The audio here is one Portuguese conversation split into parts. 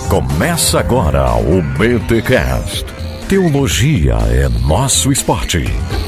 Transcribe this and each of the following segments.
Começa agora o BTcast. Teologia é nosso esporte.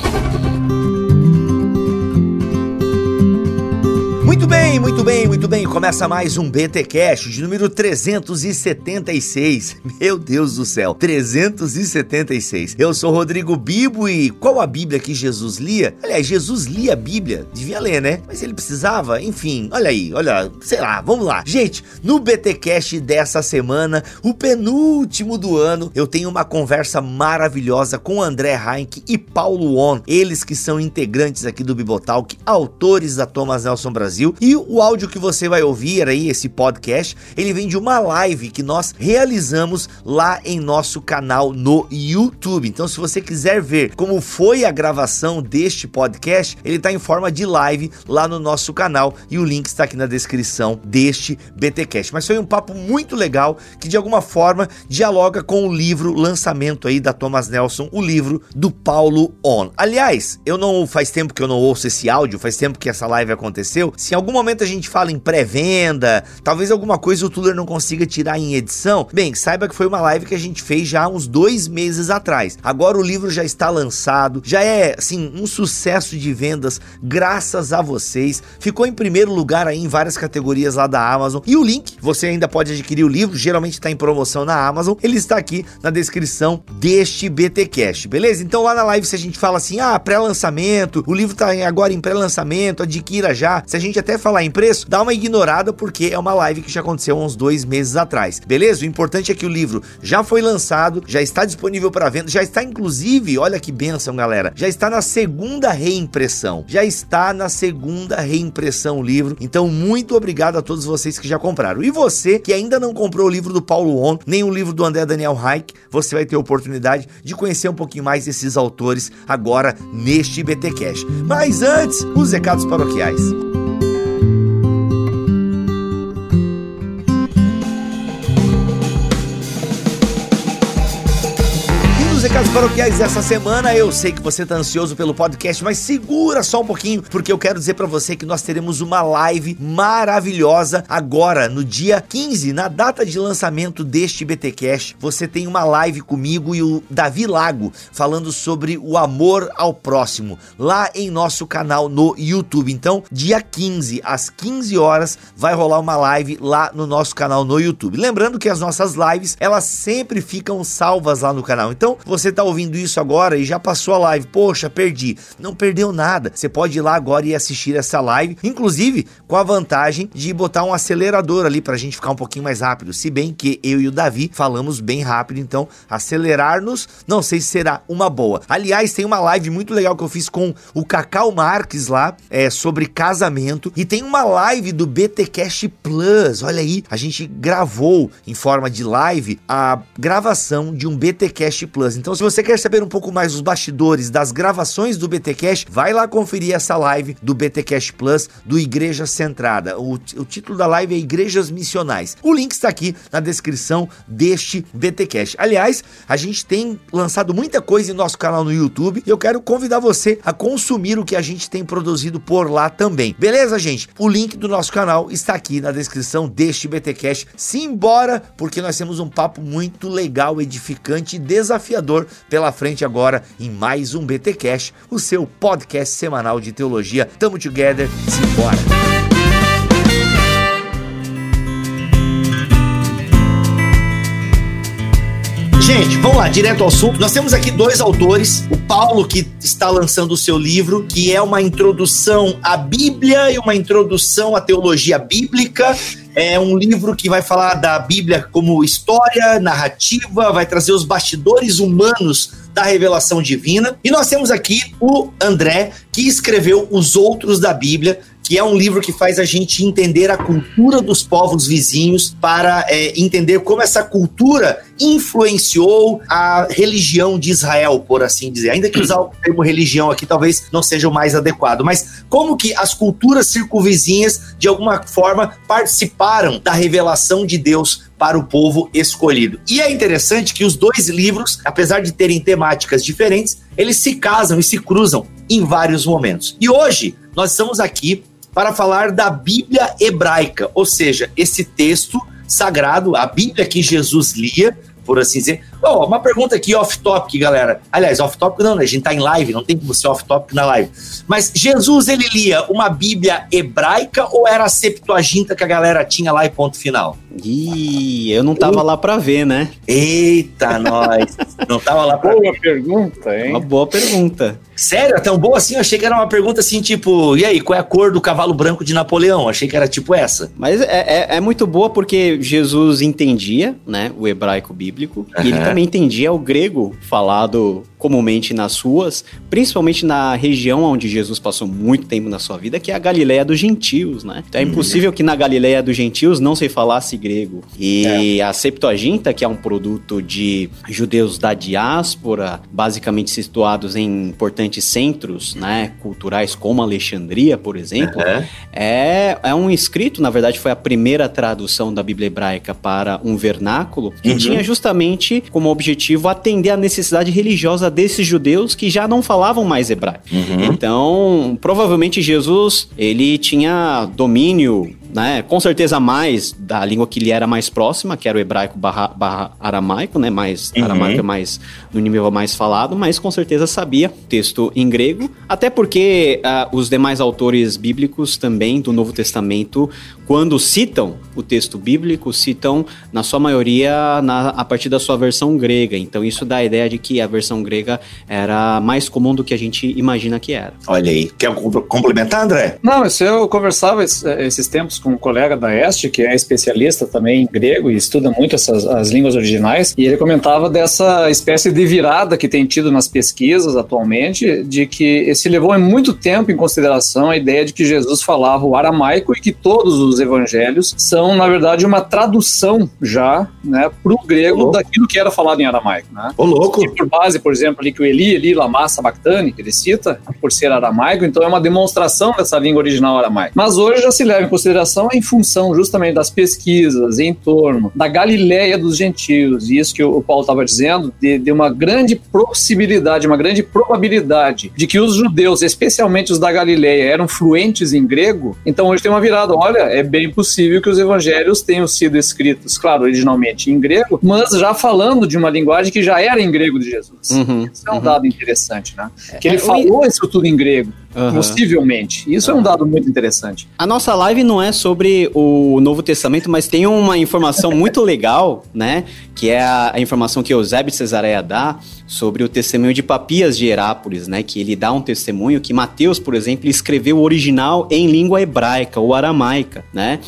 Muito bem. Começa mais um BTcast de número 376. Meu Deus do céu, 376. Eu sou Rodrigo Bibo e qual a Bíblia que Jesus lia? Aliás, Jesus lia a Bíblia, devia ler, né? Mas ele precisava? Enfim, sei lá, vamos lá. Gente, no BTcast dessa semana, o penúltimo do ano, eu tenho uma conversa maravilhosa com André Heinck e Paulo On, eles que são integrantes aqui do Bibotalk, autores da Thomas Nelson Brasil, e o áudio que você vai ouvir aí, esse podcast, ele vem de uma live que nós realizamos lá em nosso canal no YouTube. Então, se você quiser ver como foi a gravação deste podcast, ele está em forma de live lá no nosso canal e o link está aqui na descrição deste BTcast. Mas foi um papo muito legal que de alguma forma dialoga com o livro lançamento aí da Thomas Nelson, o livro do Paulo On. Aliás, faz tempo que eu não ouço esse áudio, faz tempo que essa live aconteceu. Se em algum momento a gente fala em pré-venda, talvez alguma coisa o Tuller não consiga tirar em edição, bem, saiba que foi uma live que a gente fez já há uns 2 meses atrás. Agora o livro já está lançado, já é, assim, um sucesso de vendas graças a vocês. Ficou em primeiro lugar aí em várias categorias lá da Amazon. E o link, você ainda pode adquirir o livro, geralmente está em promoção na Amazon, ele está aqui na descrição deste BTcast, beleza? Então lá na live, se a gente fala assim, pré-lançamento, o livro está agora em pré-lançamento, adquira já. Se a gente até falar em preço, dá uma ignorada porque é uma live que já aconteceu há uns 2 meses atrás, beleza? O importante é que o livro já foi lançado, já está disponível para venda, já está inclusive, olha que bênção, galera, já está na segunda reimpressão o livro. Então muito obrigado a todos vocês que já compraram, e você que ainda não comprou o livro do Paulo On, nem o livro do André Daniel Heinck, você vai ter a oportunidade de conhecer um pouquinho mais desses autores agora neste BTcast. Mas antes, os recados paroquiais. Recados paroquiais dessa semana, eu sei que você tá ansioso pelo podcast, mas segura só um pouquinho, porque eu quero dizer pra você que nós teremos uma live maravilhosa agora, no dia 15, na data de lançamento deste BTcast. Você tem uma live comigo e o Davi Lago, falando sobre o amor ao próximo, lá em nosso canal no YouTube. Então, dia 15, às 15 horas, vai rolar uma live lá no nosso canal no YouTube. Lembrando que as nossas lives, elas sempre ficam salvas lá no canal. Então, você tá ouvindo isso agora e já passou a live, poxa, perdi. Não perdeu nada, você pode ir lá agora e assistir essa live, inclusive com a vantagem de botar um acelerador ali pra gente ficar um pouquinho mais rápido, se bem que eu e o Davi falamos bem rápido, então acelerar-nos, não sei se será uma boa. Aliás, tem uma live muito legal que eu fiz com o Cacau Marques lá, sobre casamento, e tem uma live do BTcast Plus, olha aí, a gente gravou em forma de live a gravação de um BTcast Plus. Então, se você quer saber um pouco mais dos bastidores das gravações do BTcast, vai lá conferir essa live do BTcast Plus do Igreja Centrada. O título da live é Igrejas Missionais. O link está aqui na descrição deste BTcast. Aliás, a gente tem lançado muita coisa em nosso canal no YouTube e eu quero convidar você a consumir o que a gente tem produzido por lá também. Beleza, gente? O link do nosso canal está aqui na descrição deste BTcast. Simbora, porque nós temos um papo muito legal, edificante e desafiador pela frente agora em mais um BTcast, o seu podcast semanal de teologia. Tamo together, simbora! Gente, vamos lá, direto ao assunto. Nós temos aqui 2 autores, o Paulo, que está lançando o seu livro, que é uma introdução à Bíblia e uma introdução à teologia bíblica. É um livro que vai falar da Bíblia como história, narrativa, vai trazer os bastidores humanos da revelação divina. E nós temos aqui o André, que escreveu Os Outros da Bíblia, que é um livro que faz a gente entender a cultura dos povos vizinhos, para entender como essa cultura influenciou a religião de Israel, por assim dizer. Ainda que usar o termo religião aqui talvez não seja o mais adequado, mas como que as culturas circunvizinhas, de alguma forma, participaram da revelação de Deus para o povo escolhido. E é interessante que os 2 livros, apesar de terem temáticas diferentes, eles se casam e se cruzam em vários momentos. E hoje nós estamos aqui para falar da Bíblia hebraica, ou seja, esse texto sagrado, a Bíblia que Jesus lia, por assim dizer. Bom, uma pergunta aqui off-topic, galera. Aliás, off-topic não, né? A gente tá em live, não tem como ser off-topic na live. Mas Jesus, ele lia uma Bíblia hebraica ou era a Septuaginta que a galera tinha lá e ponto final? Ih, eu não tava lá pra ver, né? Eita, nós! Não tava lá pra ver. Boa pergunta, hein? Uma boa pergunta. Sério? É tão boa assim? Eu achei que era uma pergunta assim, tipo, e aí, qual é a cor do cavalo branco de Napoleão? Achei que era tipo essa. Mas é muito boa porque Jesus entendia, né, o hebraico bíblico, e ele também entendia o grego falado comumente nas ruas, principalmente na região onde Jesus passou muito tempo na sua vida, que é a Galileia dos gentios, né? Então é impossível que na Galileia dos gentios não se falasse grego. E a Septuaginta, que é um produto de judeus da diáspora, basicamente situados em importantes centros, né, culturais como Alexandria, por exemplo, é um escrito, na verdade foi a primeira tradução da Bíblia hebraica para um vernáculo, que tinha justamente como objetivo atender a necessidade religiosa desses judeus que já não falavam mais hebraico. Então, provavelmente Jesus, ele tinha domínio, né, com certeza mais da língua que lhe era mais próxima, que era o hebraico barra aramaico, né, mais aramaico é mais no nível mais falado, mas com certeza sabia texto em grego, até porque os demais autores bíblicos também do Novo Testamento, quando citam o texto bíblico, citam na sua maioria a partir da sua versão grega. Então isso dá a ideia de que a versão grega era mais comum do que a gente imagina que era. Olha aí, quer complementar, André? Não, eu conversava esses tempos com um colega da Este, que é especialista também em grego e estuda muito as línguas originais, e ele comentava dessa espécie de virada que tem tido nas pesquisas atualmente, de que se levou muito tempo em consideração a ideia de que Jesus falava o aramaico e que todos os evangelhos são, na verdade, uma tradução já, né, para o grego daquilo que era falado em aramaico, né? Ô, louco! E por base, por exemplo, ali que o Eli lama sabachthani, que ele cita, por ser aramaico, então é uma demonstração dessa língua original aramaica. Mas hoje já se leva em consideração em função justamente das pesquisas em torno da Galileia dos gentios, e isso que o Paulo estava dizendo, de uma grande possibilidade, uma grande probabilidade de que os judeus, especialmente os da Galileia, eram fluentes em grego. Então hoje tem uma virada. Olha, é bem possível que os evangelhos tenham sido escritos, claro, originalmente em grego, mas já falando de uma linguagem que já era em grego de Jesus. Isso é um dado interessante, né? Que ele falou isso tudo em grego. Possivelmente. Isso é um dado muito interessante. A nossa live não é sobre o Novo Testamento, mas tem uma informação muito legal, né? Que é a informação que Eusébio de Cesareia dá sobre o testemunho de Papias de Herápolis, né? Que ele dá um testemunho que Mateus, por exemplo, escreveu o original em língua hebraica ou aramaica, né?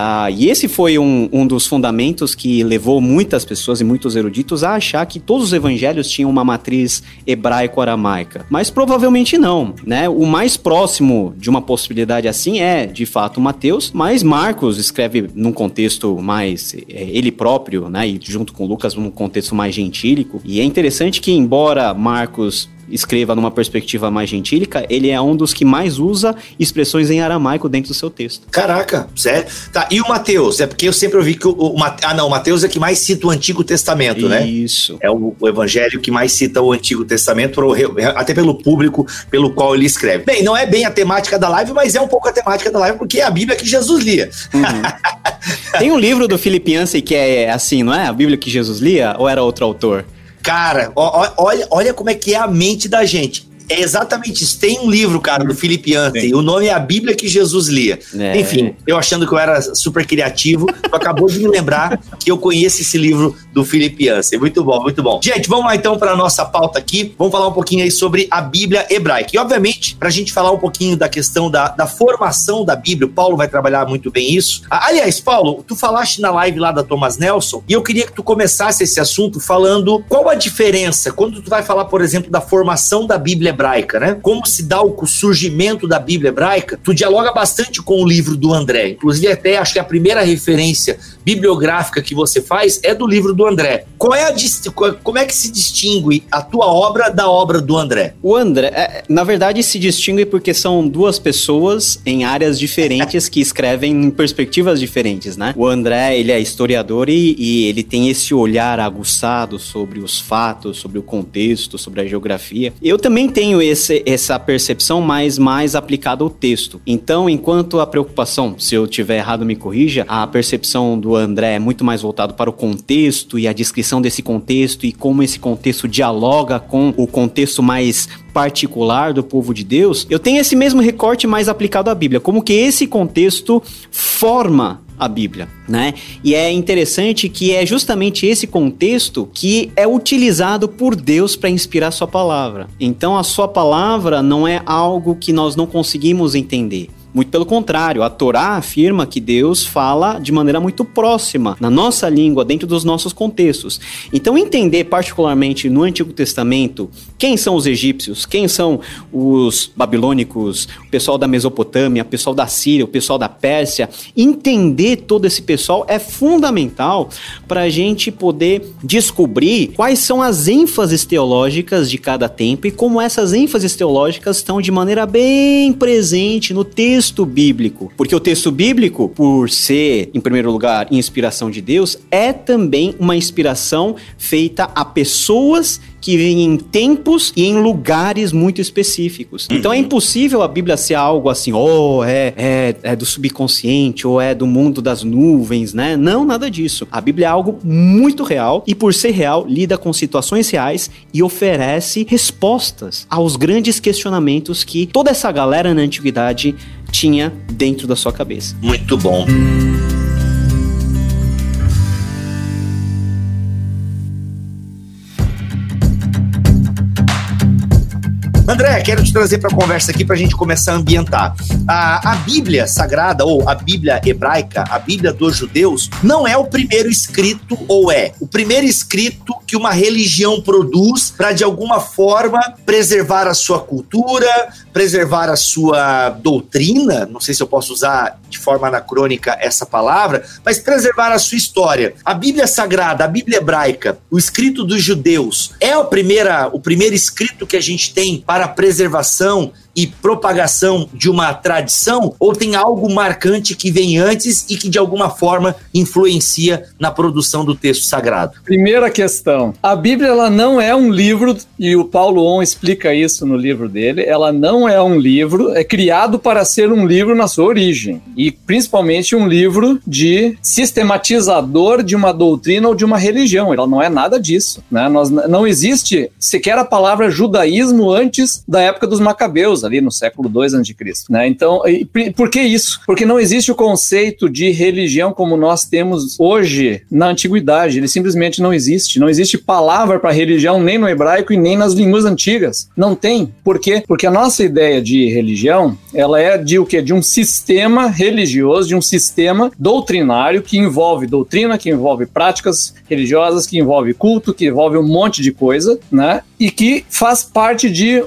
E esse foi um dos fundamentos que levou muitas pessoas e muitos eruditos a achar que todos os evangelhos tinham uma matriz hebraico-aramaica. Mas provavelmente não, né? O mais próximo de uma possibilidade assim é, de fato, Mateus, mas Marcos escreve num contexto mais ele próprio, né? E junto com Lucas num contexto mais gentílico. E é interessante que, embora Marcos escreva numa perspectiva mais gentílica, ele é um dos que mais usa expressões em aramaico dentro do seu texto. Caraca, sério? Tá, e o Mateus? É porque eu sempre ouvi que o Mateus é que mais cita o Antigo Testamento, né? Isso. É o evangelho que mais cita o Antigo Testamento, até pelo público pelo qual ele escreve. Bem, não é bem a temática da live, mas é um pouco a temática da live, porque é a Bíblia que Jesus lia. Tem um livro do Philip Yancey que é assim, não é? A Bíblia que Jesus lia? Ou era outro autor? Cara, olha como é que é a mente da gente. É exatamente isso. Tem um livro, cara, do Philip Yancey. O nome é A Bíblia que Jesus lia. Enfim, eu achando que eu era super criativo, tu acabou de me lembrar que eu conheço esse livro do Philip Yancey. Muito bom, muito bom. Gente, vamos lá então para a nossa pauta aqui. Vamos falar um pouquinho aí sobre a Bíblia hebraica. E, obviamente, para a gente falar um pouquinho da questão da formação da Bíblia, o Paulo vai trabalhar muito bem isso. Aliás, Paulo, tu falaste na live lá da Thomas Nelson, e eu queria que tu começasse esse assunto falando qual a diferença quando tu vai falar, por exemplo, da formação da Bíblia hebraica, né? Como se dá o surgimento da Bíblia hebraica. Tu dialoga bastante com o livro do André. Inclusive, até acho que a primeira referência bibliográfica que você faz é do livro do André. Como é que se distingue a tua obra da obra do André? O André, na verdade, se distingue porque são duas pessoas em áreas diferentes que escrevem em perspectivas diferentes, né? O André, ele é historiador e ele tem esse olhar aguçado sobre os fatos, sobre o contexto, sobre a geografia. Eu também tenho tenho essa percepção mais aplicada ao texto. Então, enquanto a preocupação, se eu tiver errado, me corrija, a percepção do André é muito mais voltado para o contexto e a descrição desse contexto e como esse contexto dialoga com o contexto mais particular do povo de Deus, eu tenho esse mesmo recorte mais aplicado à Bíblia, como que esse contexto forma a Bíblia, né? E é interessante que é justamente esse contexto que é utilizado por Deus para inspirar sua palavra. Então a sua palavra não é algo que nós não conseguimos entender. Muito pelo contrário, a Torá afirma que Deus fala de maneira muito próxima, na nossa língua, dentro dos nossos contextos. Então, entender particularmente no Antigo Testamento quem são os egípcios, quem são os babilônicos, o pessoal da Mesopotâmia, o pessoal da Síria, o pessoal da Pérsia, entender todo esse pessoal é fundamental para a gente poder descobrir quais são as ênfases teológicas de cada tempo e como essas ênfases teológicas estão de maneira bem presente no texto bíblico, porque o texto bíblico, por ser, em primeiro lugar, inspiração de Deus, é também uma inspiração feita a pessoas que vêm em tempos e em lugares muito específicos. Então é impossível a Bíblia ser algo assim, é do subconsciente, ou é do mundo das nuvens, né? Não, nada disso. A Bíblia é algo muito real e, por ser real, lida com situações reais e oferece respostas aos grandes questionamentos que toda essa galera na antiguidade tinha dentro da sua cabeça. Muito bom. André, quero te trazer para a conversa aqui para a gente começar a ambientar. A Bíblia Sagrada, ou a Bíblia Hebraica, a Bíblia dos judeus, não é o primeiro escrito, ou é o primeiro escrito que uma religião produz para, de alguma forma, preservar a sua cultura, preservar a sua doutrina, não sei se eu posso usar de forma anacrônica essa palavra, mas preservar a sua história. A Bíblia Sagrada, a Bíblia Hebraica, o escrito dos judeus, é o primeiro escrito que a gente tem para a preservação e propagação de uma tradição, ou tem algo marcante que vem antes e que de alguma forma influencia na produção do texto sagrado? Primeira questão, a Bíblia ela não é um livro, e o Paulo On explica isso no livro dele, ela não é um livro, é criado para ser um livro na sua origem, e principalmente um livro de sistematizador de uma doutrina ou de uma religião, ela não é nada disso, né? Não existe sequer a palavra judaísmo antes da época dos Macabeus, ali no século II a.C., né? Então, por que isso? Porque não existe o conceito de religião como nós temos hoje na antiguidade, ele simplesmente não existe. Não existe palavra para religião nem no hebraico e nem nas línguas antigas. Não tem. Por quê? Porque a nossa ideia de religião, ela é de o quê? De um sistema religioso, de um sistema doutrinário que envolve doutrina, que envolve práticas religiosas, que envolve culto, que envolve um monte de coisa, né? E que faz parte de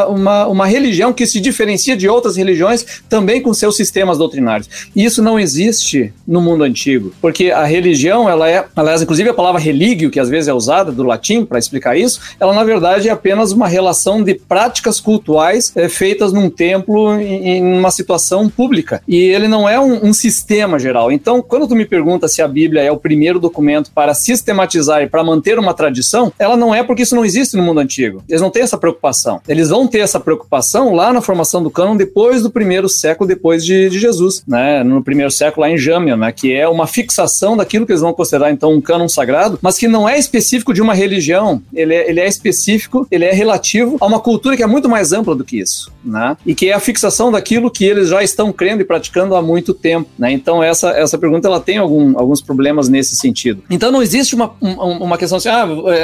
uma religião que se diferencia de outras religiões também com seus sistemas doutrinários. E isso não existe no mundo antigo, porque a religião, ela é, aliás, inclusive a palavra religio, que às vezes é usada do latim para explicar isso, ela na verdade é apenas uma relação de práticas cultuais feitas num templo em uma situação pública. E ele não é um sistema geral. Então, quando tu me pergunta se a Bíblia é o primeiro documento para sistematizar e para manter uma tradição, ela não é, porque isso não existe no mundo antigo. Eles não têm essa preocupação. Eles vão ter essa preocupação lá na formação do cânon depois do primeiro século depois de Jesus, né? No primeiro século lá em Jâmia, né? Que é uma fixação daquilo que eles vão considerar então um cânon sagrado, mas que não é específico de uma religião. Ele é específico, ele é relativo a uma cultura que é muito mais ampla do que isso, né? E que é a fixação daquilo que eles já estão crendo e praticando há muito tempo, né? Então essa pergunta ela tem alguns problemas nesse sentido. Então não existe uma questão assim,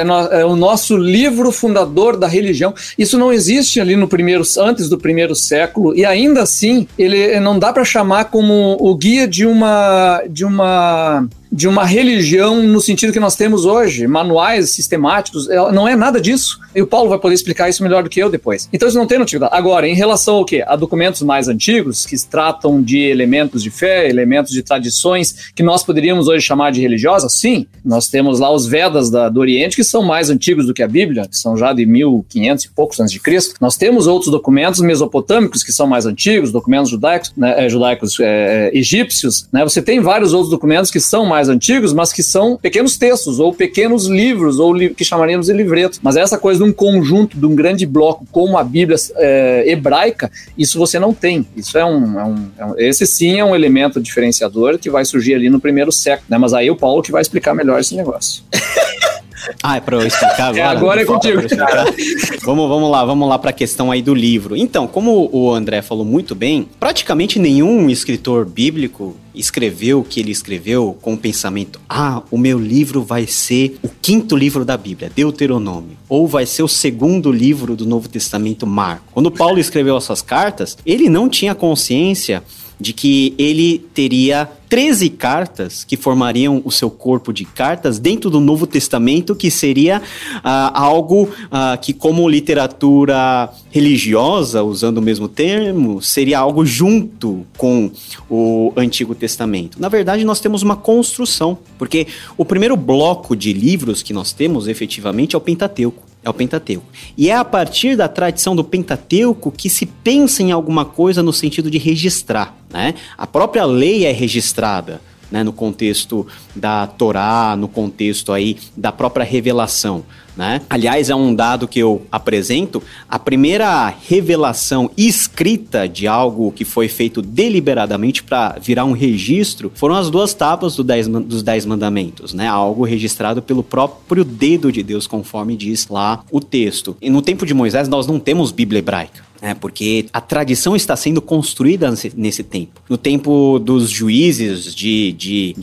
é o nosso livro fundador da religião. Isso não existe ali antes do primeiro século, e ainda assim ele não dá para chamar como o guia de uma religião no sentido que nós temos hoje, manuais sistemáticos, não é nada disso. E o Paulo vai poder explicar isso melhor do que eu depois. Então isso não tem na antiguidade. Agora, em relação ao quê? A documentos mais antigos, que tratam de elementos de fé, elementos de tradições que nós poderíamos hoje chamar de religiosas, sim. Nós temos lá os Vedas do Oriente, que são mais antigos do que a Bíblia, que são já de 1500 e poucos antes de Cristo. Nós temos outros documentos mesopotâmicos, que são mais antigos, documentos judaicos, né, egípcios, né? Você tem vários outros documentos que são mais mais antigos, mas que são pequenos textos, ou pequenos livros, ou que chamaríamos de livretos. Mas essa coisa de um conjunto, de um grande bloco, como a Bíblia hebraica, isso você não tem. Isso esse sim é um elemento diferenciador que vai surgir ali no primeiro século, né? Mas aí o Paulo que vai explicar melhor esse negócio. É pra eu explicar agora? Agora é contigo. Vamos lá pra questão aí do livro. Então, como o André falou muito bem, praticamente nenhum escritor bíblico escreveu o que ele escreveu com o pensamento: o meu livro vai ser o 5º livro da Bíblia, Deuteronômio, ou vai ser o 2º livro do Novo Testamento, Marcos. Quando Paulo escreveu essas cartas, ele não tinha consciência de que ele teria 13 cartas que formariam o seu corpo de cartas dentro do Novo Testamento, que seria algo que, como literatura religiosa, usando o mesmo termo, seria algo junto com o Antigo Testamento. Na verdade, nós temos uma construção, porque o primeiro bloco de livros que nós temos, efetivamente, é o Pentateuco. E é a partir da tradição do Pentateuco que se pensa em alguma coisa no sentido de registrar, né? A própria lei é registrada, né, no contexto da Torá, no contexto aí da própria revelação, né? Aliás, é um dado que eu apresento: a primeira revelação escrita de algo que foi feito deliberadamente para virar um registro foram as 2 tábuas dos 10 mandamentos, né? Algo registrado pelo próprio dedo de Deus, conforme diz lá o texto. E no tempo de Moisés nós não temos Bíblia hebraica, porque a tradição está sendo construída nesse tempo. No tempo dos juízes de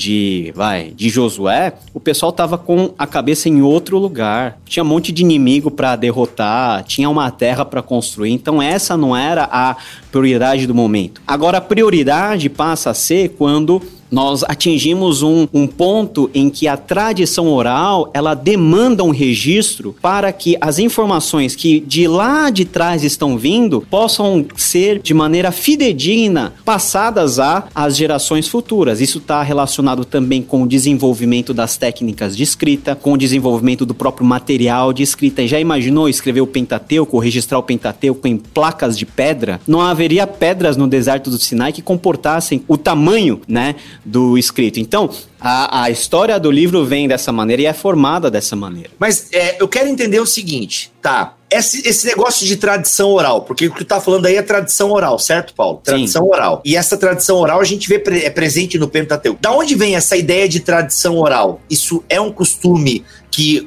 Josué, o pessoal estava com a cabeça em outro lugar. Tinha um monte de inimigo para derrotar, tinha uma terra para construir. Então essa não era a prioridade do momento. Agora a prioridade passa a ser quando nós atingimos um ponto em que a tradição oral, ela demanda um registro para que as informações que de lá de trás estão vindo possam ser de maneira fidedigna passadas às gerações futuras. Isso está relacionado também com o desenvolvimento das técnicas de escrita, com o desenvolvimento do próprio material de escrita. Já imaginou escrever o Pentateuco, ou registrar o Pentateuco em placas de pedra? Não haveria pedras no deserto do Sinai que comportassem o tamanho, né, do escrito. Então, a história do livro vem dessa maneira e é formada dessa maneira. Mas eu quero entender o seguinte, tá? Esse negócio de tradição oral, porque o que tu tá falando aí é tradição oral, certo, Paulo? Tradição oral. E essa tradição oral a gente vê presente no Pentateuco. Da onde vem essa ideia de tradição oral? Isso é um costume que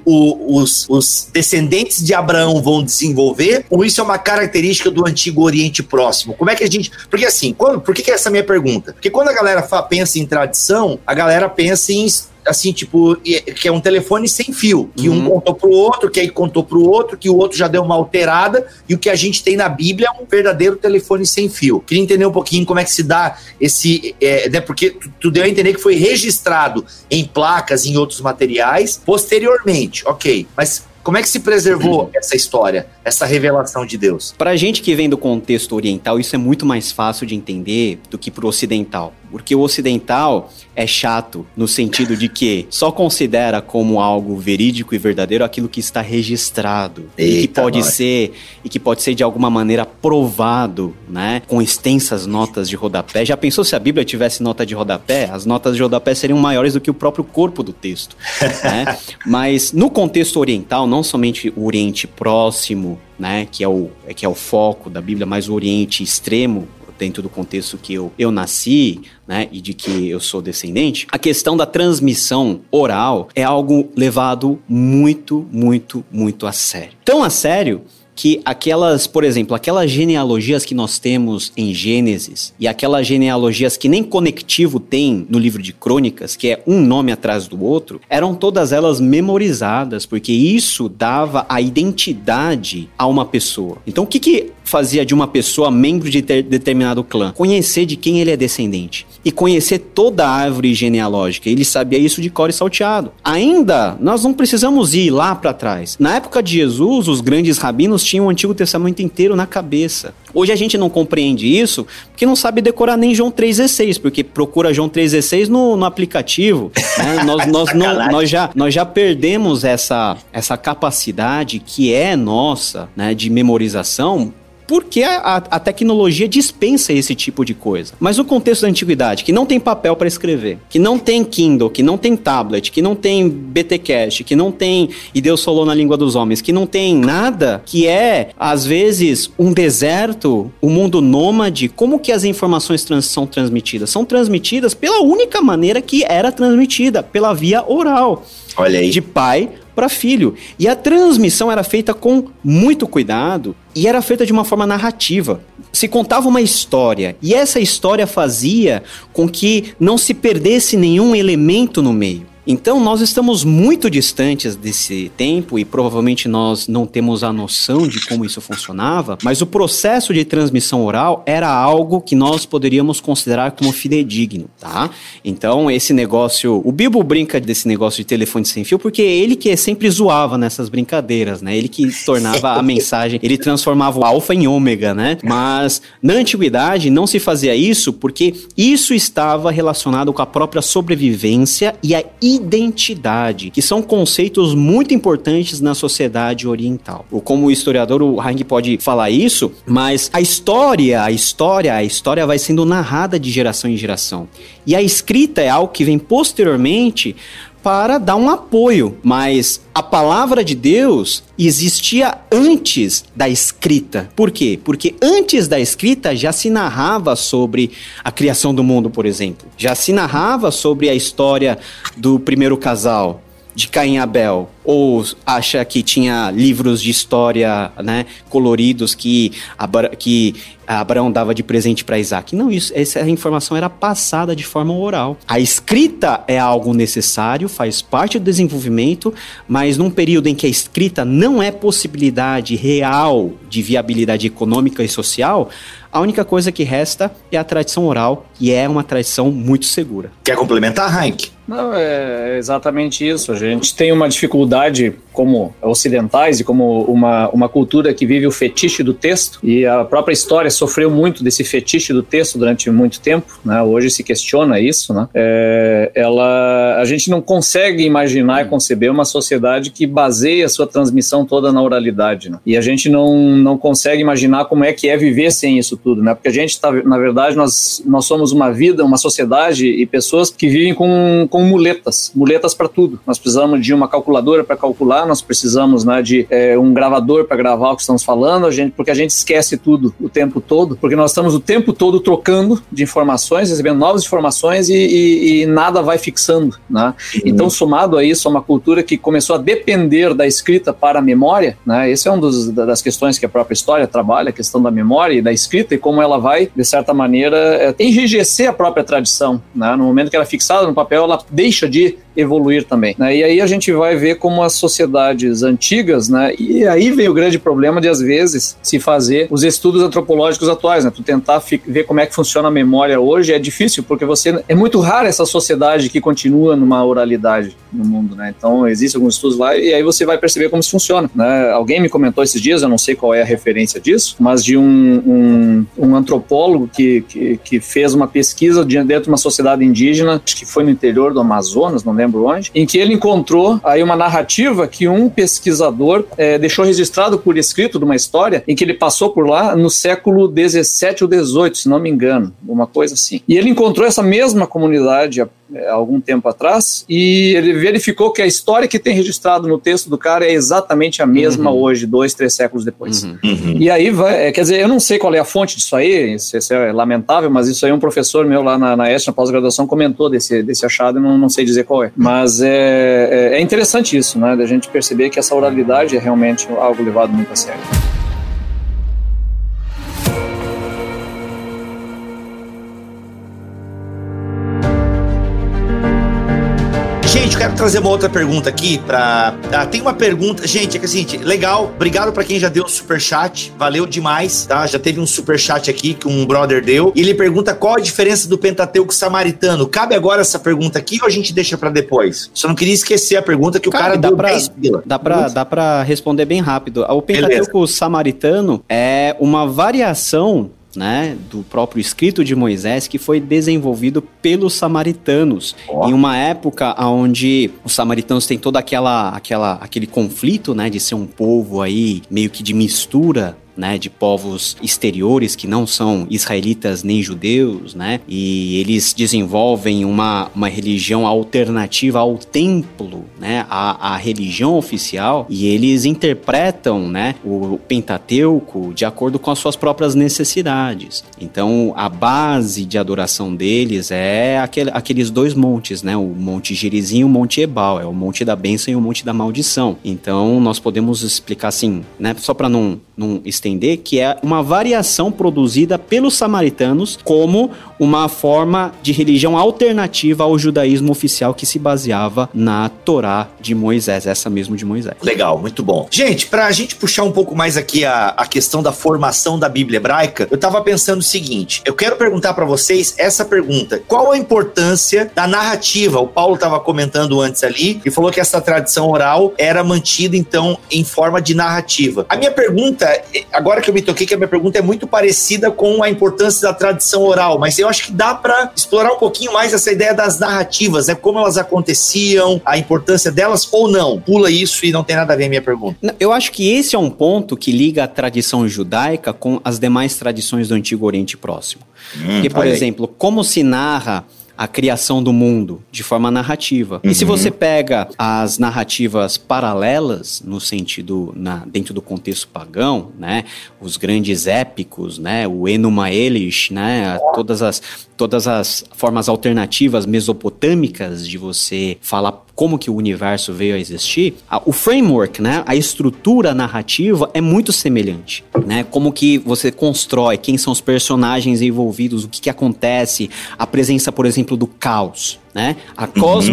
os descendentes de Abraão vão desenvolver, ou isso é uma característica do Antigo Oriente Próximo? Como é que a gente... Porque assim, por que é essa minha pergunta? Porque quando a galera pensa em tradição, a galera pensa em... assim, tipo, que é um telefone sem fio, que um contou pro outro, que aí contou pro outro, que o outro já deu uma alterada, e o que a gente tem na Bíblia é um verdadeiro telefone sem fio. Queria entender um pouquinho como é que se dá esse... né, porque tu deu a entender que foi registrado em placas, em outros materiais, posteriormente, ok, mas... Como é que se preservou essa história, essa revelação de Deus? Pra gente que vem do contexto oriental, isso é muito mais fácil de entender do que pro ocidental. Porque o ocidental é chato no sentido de que só considera como algo verídico e verdadeiro aquilo que está registrado. E que pode ser de alguma maneira provado, né? Com extensas notas de rodapé. Já pensou se a Bíblia tivesse nota de rodapé? As notas de rodapé seriam maiores do que o próprio corpo do texto, né? Mas no contexto oriental, não somente o Oriente Próximo, né, que é o foco da Bíblia, mas o Oriente Extremo, dentro do contexto que eu nasci, né, e de que eu sou descendente, a questão da transmissão oral é algo levado muito, muito, muito a sério. Tão a sério que por exemplo, aquelas genealogias que nós temos em Gênesis e aquelas genealogias que nem conectivo tem no livro de Crônicas, que é um nome atrás do outro, eram todas elas memorizadas, porque isso dava a identidade a uma pessoa. Então, o que fazia de uma pessoa membro de determinado clã? Conhecer de quem ele é descendente e conhecer toda a árvore genealógica. Ele sabia isso de cor e salteado. Ainda, nós não precisamos ir lá para trás. Na época de Jesus, os grandes rabinos tinham o Antigo Testamento inteiro na cabeça. Hoje a gente não compreende isso porque não sabe decorar nem João 3,16, porque procura João 3,16 no aplicativo. Né? Nós já perdemos essa capacidade que é nossa, né, de memorização, porque a tecnologia dispensa esse tipo de coisa. Mas o contexto da antiguidade, que não tem papel para escrever, que não tem Kindle, que não tem tablet, que não tem BTcast, que não tem E Deus falou na língua dos homens, que não tem nada, que é, às vezes, um deserto, um mundo nômade, como que as informações são transmitidas? São transmitidas pela única maneira que era transmitida, pela via oral. Olha aí. De pai para filho. E a transmissão era feita com muito cuidado e era feita de uma forma narrativa. Se contava uma história e essa história fazia com que não se perdesse nenhum elemento no meio. Então, nós estamos muito distantes desse tempo e provavelmente nós não temos a noção de como isso funcionava, mas o processo de transmissão oral era algo que nós poderíamos considerar como fidedigno, tá? Então, esse negócio... O Bilbo brinca desse negócio de telefone sem fio porque ele que sempre zoava nessas brincadeiras, né? Ele que tornava a mensagem... Ele transformava o alfa em ômega, né? Mas, na antiguidade, não se fazia isso porque isso estava relacionado com a própria sobrevivência e a identidade, que são conceitos muito importantes na sociedade oriental. Como historiador, o Hang pode falar isso, mas a história vai sendo narrada de geração em geração. E a escrita é algo que vem posteriormente para dar um apoio, mas a palavra de Deus existia antes da escrita. Por quê? Porque antes da escrita já se narrava sobre a criação do mundo, por exemplo. Já se narrava sobre a história do primeiro casal, de Caim e Abel. Ou acha que tinha livros de história, né, coloridos que Abraão dava de presente para Isaac. Não, essa informação era passada de forma oral. A escrita é algo necessário, faz parte do desenvolvimento, mas num período em que a escrita não é possibilidade real de viabilidade econômica e social, a única coisa que resta é a tradição oral, e é uma tradição muito segura. Quer complementar, Hank? Não, é exatamente isso. A gente tem uma dificuldade como ocidentais e como uma cultura que vive o fetiche do texto, e a própria história sofreu muito desse fetiche do texto durante muito tempo, né? Hoje se questiona isso, né? A gente não consegue imaginar e conceber uma sociedade que baseia a sua transmissão toda na oralidade, né? E a gente não consegue imaginar como é que é viver sem isso tudo, né? Porque a gente tá, na verdade, nós somos uma vida, uma sociedade e pessoas que vivem com muletas para tudo. Nós precisamos de uma calculadora para calcular, nós precisamos, né, de um gravador para gravar o que estamos falando, porque a gente esquece tudo o tempo todo, porque nós estamos o tempo todo trocando de informações, recebendo novas informações e nada vai fixando, né? Então, somado a isso, a uma cultura que começou a depender da escrita para a memória, né? Esse é um das questões que a própria história trabalha, a questão da memória e da escrita, e como ela vai, de certa maneira, enrijecer a própria tradição, né? No momento que ela é fixada no papel, ela deixa de evoluir também, né? E aí a gente vai ver como as sociedades antigas, né? E aí vem o grande problema de, às vezes, se fazer os estudos antropológicos atuais, né? Tu tentar ver como é que funciona a memória hoje é difícil, porque é muito rara essa sociedade que continua numa oralidade no mundo, né? Então, existem alguns estudos lá e aí você vai perceber como isso funciona, né? Alguém me comentou esses dias, eu não sei qual é a referência disso, mas de um antropólogo que fez uma pesquisa dentro de uma sociedade indígena, acho que foi no interior do Amazonas, não lembro onde, em que ele encontrou aí uma narrativa que um pesquisador deixou registrado por escrito de uma história em que ele passou por lá no século 17 ou 18, se não me engano, uma coisa assim. E ele encontrou essa mesma comunidade há algum tempo atrás e ele verificou que a história que tem registrado no texto do cara é exatamente a mesma hoje, 2, 3 séculos depois. E aí vai, quer dizer, eu não sei qual é a fonte disso aí, isso é lamentável, mas isso aí um professor meu lá na EST, na pós-graduação, comentou desse achado, e não sei dizer qual é. Mas é interessante isso, né, da gente perceber que essa oralidade é realmente algo levado muito a sério. Gente, eu quero trazer uma outra pergunta aqui tem uma pergunta, gente, é que é o seguinte, legal, obrigado pra quem já deu o superchat, valeu demais, tá? Já teve um superchat aqui que um brother deu, e ele pergunta qual a diferença do Pentateuco samaritano. Cabe agora essa pergunta aqui ou a gente deixa pra depois? Só não queria esquecer a pergunta que o cara deu 10 pila. Dá pra responder bem rápido. O Pentateuco samaritano é uma variação, né, do próprio escrito de Moisés, que foi desenvolvido pelos samaritanos, em uma época onde os samaritanos têm todo aquele conflito, né, de ser um povo aí meio que de mistura né, de povos exteriores que não são israelitas nem judeus, né, e eles desenvolvem uma religião alternativa ao templo, né, à religião oficial, e eles interpretam, né, o Pentateuco de acordo com as suas próprias necessidades. Então, a base de adoração deles é aqueles dois montes, né, o Monte Gerizim e o Monte Ebal, é o Monte da Bênção e o Monte da Maldição. Então, nós podemos explicar assim, né, só para não estender, que é uma variação produzida pelos samaritanos como uma forma de religião alternativa ao judaísmo oficial que se baseava na Torá de Moisés, essa mesmo de Moisés. Legal, muito bom. Gente, pra gente puxar um pouco mais aqui a questão da formação da Bíblia hebraica, eu tava pensando o seguinte, eu quero perguntar pra vocês essa pergunta: qual a importância da narrativa? O Paulo tava comentando antes ali e falou que essa tradição oral era mantida, então, em forma de narrativa. A minha pergunta, agora que eu me toquei, que a minha pergunta é muito parecida com a importância da tradição oral, mas eu acho que dá pra explorar um pouquinho mais essa ideia das narrativas, né? Como elas aconteciam, a importância delas ou não. Pula isso e não tem nada a ver a minha pergunta. Eu acho que esse é um ponto que liga a tradição judaica com as demais tradições do Antigo Oriente Próximo. Porque, por exemplo, como se narra a criação do mundo de forma narrativa. E se você pega as narrativas paralelas no sentido, dentro do contexto pagão, né, os grandes épicos, né, o Enuma Elish, né, todas as formas alternativas mesopotâmicas de você falar como que o universo veio a existir, o framework, né, a estrutura narrativa é muito semelhante, né, como que você constrói, quem são os personagens envolvidos, o que acontece, a presença, por exemplo, do caos, né, a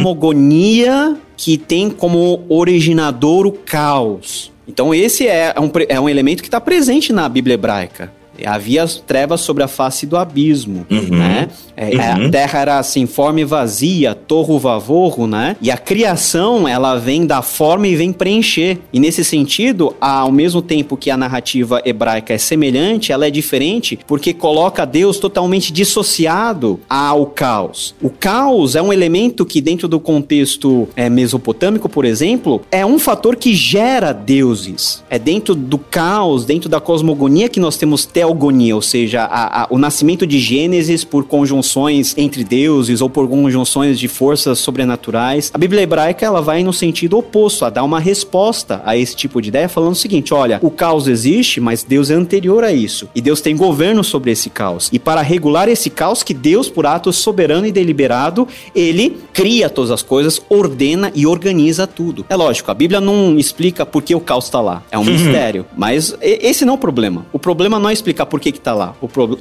cosmogonia que tem como originador o caos. Então esse é um elemento que está presente na Bíblia hebraica. Havia trevas sobre a face do abismo, né? A terra era assim, forma e vazia, torro vavorro, né? E a criação, ela vem da forma e vem preencher. E nesse sentido, ao mesmo tempo que a narrativa hebraica é semelhante, ela é diferente porque coloca Deus totalmente dissociado ao caos. O caos é um elemento que dentro do contexto mesopotâmico, por exemplo, é um fator que gera deuses. É dentro do caos, dentro da cosmogonia que nós temos teogonia, ou seja, o nascimento de Gênesis por conjunções entre deuses ou por conjunções de forças sobrenaturais. A Bíblia hebraica, ela vai no sentido oposto, a dar uma resposta a esse tipo de ideia, falando o seguinte: olha, o caos existe, mas Deus é anterior a isso, e Deus tem governo sobre esse caos, e para regular esse caos que Deus, por ato soberano e deliberado, ele cria todas as coisas, ordena e organiza tudo. É lógico, a Bíblia não explica por que o caos está lá, é um mistério, mas esse não é o problema. O problema não é explicar por que está lá,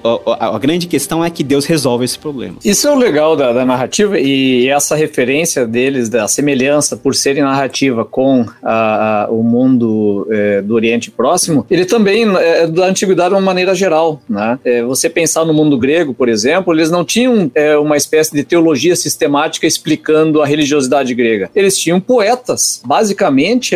a grande questão é que Deus resolve esse problema. Isso é o legal da narrativa, e essa referência deles, da semelhança por serem narrativa com o mundo do Oriente Próximo, ele também é da antiguidade de uma maneira geral, né? Você pensar no mundo grego, por exemplo, eles não tinham uma espécie de teologia sistemática explicando a religiosidade grega. Eles tinham poetas. Basicamente,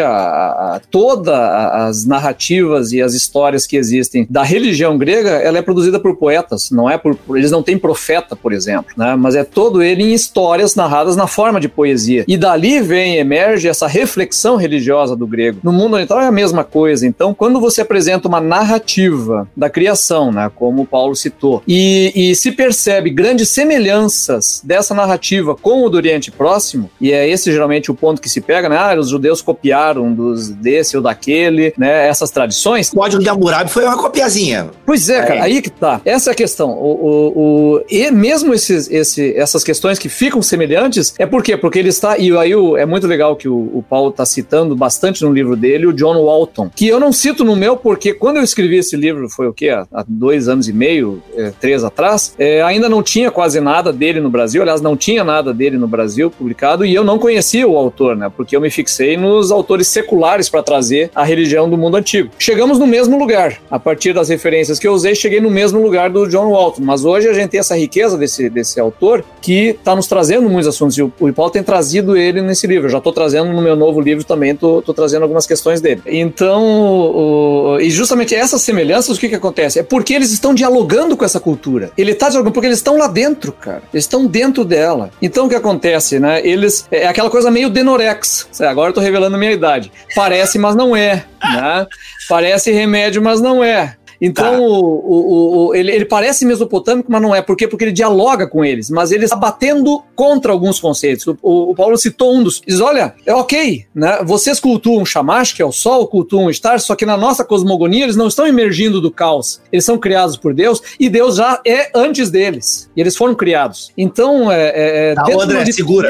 todas as narrativas e as histórias que existem da religião grega, ela é produzida por poetas, não é eles não têm profeta, por exemplo, né? Mas é todo ele em histórias narradas na forma de poesia. E dali emerge essa reflexão religiosa do grego. No mundo oriental é a mesma coisa. Então, quando você apresenta uma narrativa da criação, né, como o Paulo citou, e se percebe grandes semelhanças dessa narrativa com o do Oriente Próximo, e é esse geralmente o ponto que se pega, né? Os judeus copiaram desse ou daquele, né? Essas tradições. O Código de Hammurabi foi uma copiazinha. Pois é, cara, aí que tá. Essa é a questão. E mesmo essas questões que ficam semelhantes, é por quê? Porque ele está, e aí é muito legal que o Paulo está citando bastante no livro dele, o John Walton, que eu não cito no meu, porque quando eu escrevi esse livro, foi o quê? Há 2 anos e meio, 3 atrás, ainda não tinha quase nada dele no Brasil, aliás, não tinha nada dele no Brasil publicado, e eu não conhecia o autor, né? Porque eu me fixei nos autores seculares para trazer a religião do mundo antigo. Chegamos no mesmo lugar, a partir das referências referências que eu usei, cheguei no mesmo lugar do John Walton, mas hoje a gente tem essa riqueza desse autor que está nos trazendo muitos assuntos, e o Paulo tem trazido ele nesse livro. Eu já estou trazendo no meu novo livro também, estou trazendo algumas questões dele. Então, e justamente essas semelhanças, o que acontece? É porque eles estão dialogando com essa cultura. Ele está dialogando porque eles estão lá dentro, cara. Eles estão dentro dela. Então o que acontece, né? Eles, é aquela coisa meio Denorex. Agora eu estou revelando a minha idade. Parece, mas não é, né? Parece remédio, mas não é. Então, ele parece mesopotâmico, mas não é. Por quê? Porque ele dialoga com eles, mas ele está batendo contra alguns conceitos. O Paulo citou um dos. Diz, olha, é ok, né? Vocês cultuam Shamash, que é o Sol, cultuam o Star, só que na nossa cosmogonia eles não estão emergindo do caos. Eles são criados por Deus, e Deus já é antes deles. E eles foram criados. Então, André,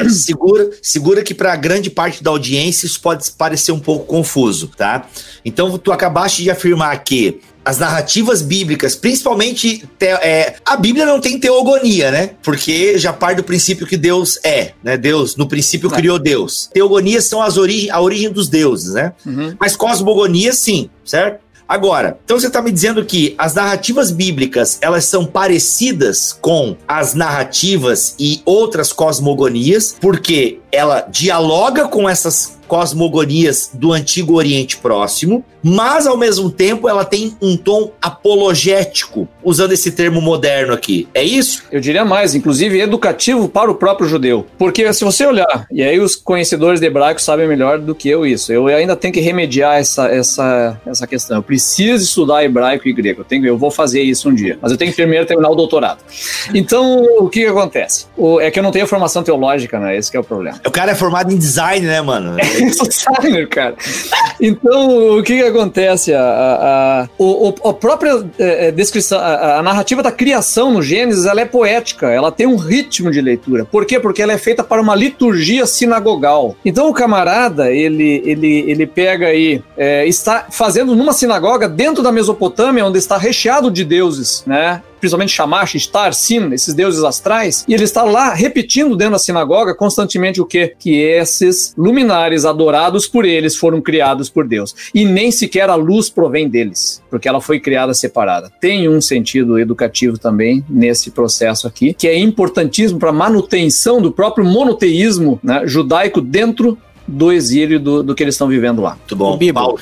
segura que para grande parte da audiência isso pode parecer um pouco confuso, tá? Então, tu acabaste de afirmar que as narrativas bíblicas, principalmente, a Bíblia não tem teogonia, né? Porque já parte do princípio que Deus é, né? Deus, no princípio, criou Deus. Teogonias são a origem dos deuses, né? Uhum. Mas cosmogonia, sim, certo? Agora, então você está me dizendo que as narrativas bíblicas, elas são parecidas com as narrativas e outras cosmogonias, porque ela dialoga com essas cosmogonias do Antigo Oriente Próximo, mas ao mesmo tempo ela tem um tom apologético, usando esse termo moderno aqui. É isso? Eu diria mais, inclusive educativo para o próprio judeu. Porque se você olhar, e aí os conhecedores de hebraico sabem melhor do que eu isso, eu ainda tenho que remediar essa questão. Eu preciso estudar hebraico e grego. Eu vou fazer isso um dia, mas eu tenho que primeiro terminar o doutorado. Então, o que acontece? É que eu não tenho formação teológica, né? Esse que é o problema. O cara é formado em design, né, mano? Designer, cara. Então, o que acontece? A própria descrição, a narrativa da criação no Gênesis, ela é poética, ela tem um ritmo de leitura. Por quê? Porque ela é feita para uma liturgia sinagogal. Então, o camarada, ele pega aí, está fazendo numa sinagoga dentro da Mesopotâmia, onde está recheado de deuses, né? Principalmente Shamash, Star, Sin, esses deuses astrais, e ele está lá repetindo dentro da sinagoga constantemente o quê? Que esses luminares adorados por eles foram criados por Deus. E nem sequer a luz provém deles, porque ela foi criada separada. Tem um sentido educativo também nesse processo aqui, que é importantíssimo para a manutenção do próprio monoteísmo, né, judaico dentro do exílio do que eles estão vivendo lá. Muito bom. Bíblia,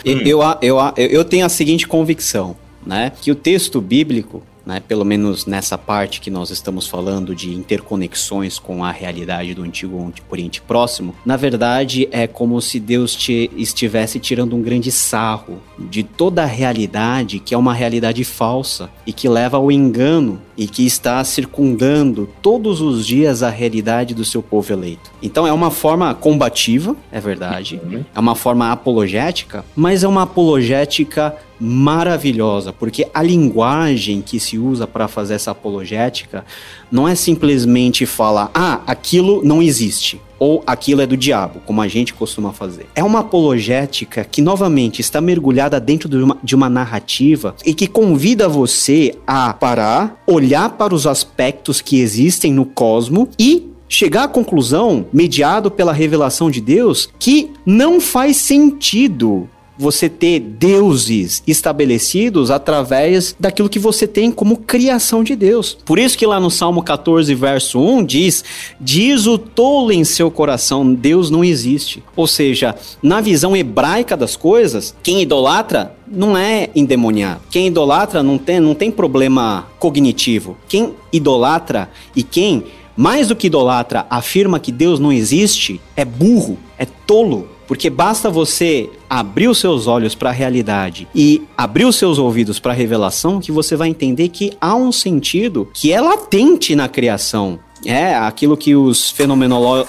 eu tenho a seguinte convicção, né, que o texto bíblico, né, pelo menos nessa parte que nós estamos falando de interconexões com a realidade do Antigo Oriente Próximo, na verdade é como se Deus estivesse tirando um grande sarro de toda a realidade que é uma realidade falsa e que leva ao engano e que está circundando todos os dias a realidade do seu povo eleito. Então é uma forma combativa, é verdade, é uma forma apologética, mas é uma apologética maravilhosa, porque a linguagem que se usa para fazer essa apologética não é simplesmente falar, aquilo não existe, ou aquilo é do diabo, como a gente costuma fazer. É uma apologética que, novamente, está mergulhada dentro de uma narrativa e que convida você a parar, olhar para os aspectos que existem no cosmo e chegar à conclusão, mediado pela revelação de Deus, que não faz sentido você ter deuses estabelecidos através daquilo que você tem como criação de Deus. Por isso que lá no Salmo 14, verso 1, diz o tolo em seu coração, Deus não existe. Ou seja, na visão hebraica das coisas, quem idolatra não é endemoniado. Quem idolatra não tem problema cognitivo. Quem idolatra e quem, mais do que idolatra, afirma que Deus não existe, é burro, é tolo. Porque basta você abrir os seus olhos para a realidade e abrir os seus ouvidos para a revelação que você vai entender que há um sentido que é latente na criação. É aquilo que os fenomenólogos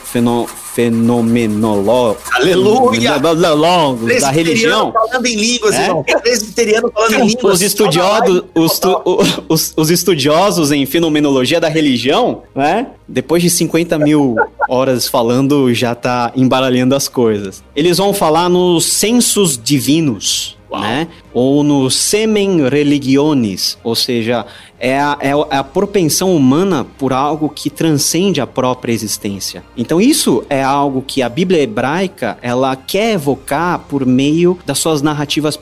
aleluia! Da religião falando em línguas, irmão. Presbiteriano falando em línguas. Os estudiosos em fenomenologia da religião, né? Depois de 50 mil horas falando, já tá embaralhando as coisas. Eles vão falar nos sensus divinos, né? Ou no semen religionis, ou seja, é a propensão humana por algo que transcende a própria existência. Então isso é algo que a Bíblia hebraica, ela quer evocar por meio das suas narrativas,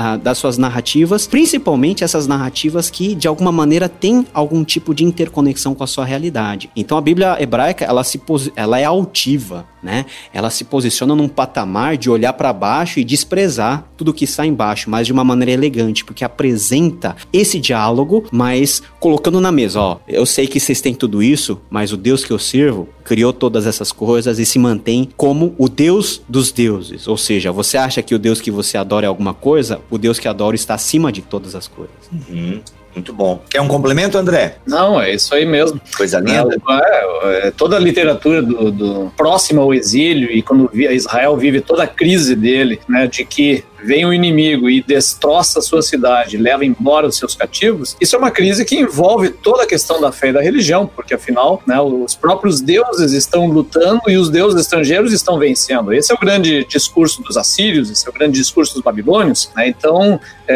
principalmente essas narrativas que de alguma maneira têm algum tipo de interconexão com a sua realidade. Então a Bíblia hebraica, ela é altiva, né? Ela se posiciona num patamar de olhar para baixo e desprezar tudo que está embaixo, mas de uma maneira elegante, porque apresenta esse diálogo, mas colocando na mesa, ó, eu sei que vocês têm tudo isso, mas o Deus que eu sirvo criou todas essas coisas e se mantém como o Deus dos deuses. Ou seja, você acha que o Deus que você adora é alguma coisa? O Deus que adoro está acima de todas as coisas. Muito bom. Quer um complemento, André? Não, é isso aí mesmo. Coisa linda. Toda a literatura do próximo ao exílio, e quando Israel vive toda a crise dele, né, de que vem o inimigo e destroça a sua cidade, leva embora os seus cativos, isso é uma crise que envolve toda a questão da fé e da religião, porque afinal, né, os próprios deuses estão lutando e os deuses estrangeiros estão vencendo. Esse é o grande discurso dos assírios, esse é o grande discurso dos babilônios, né? Então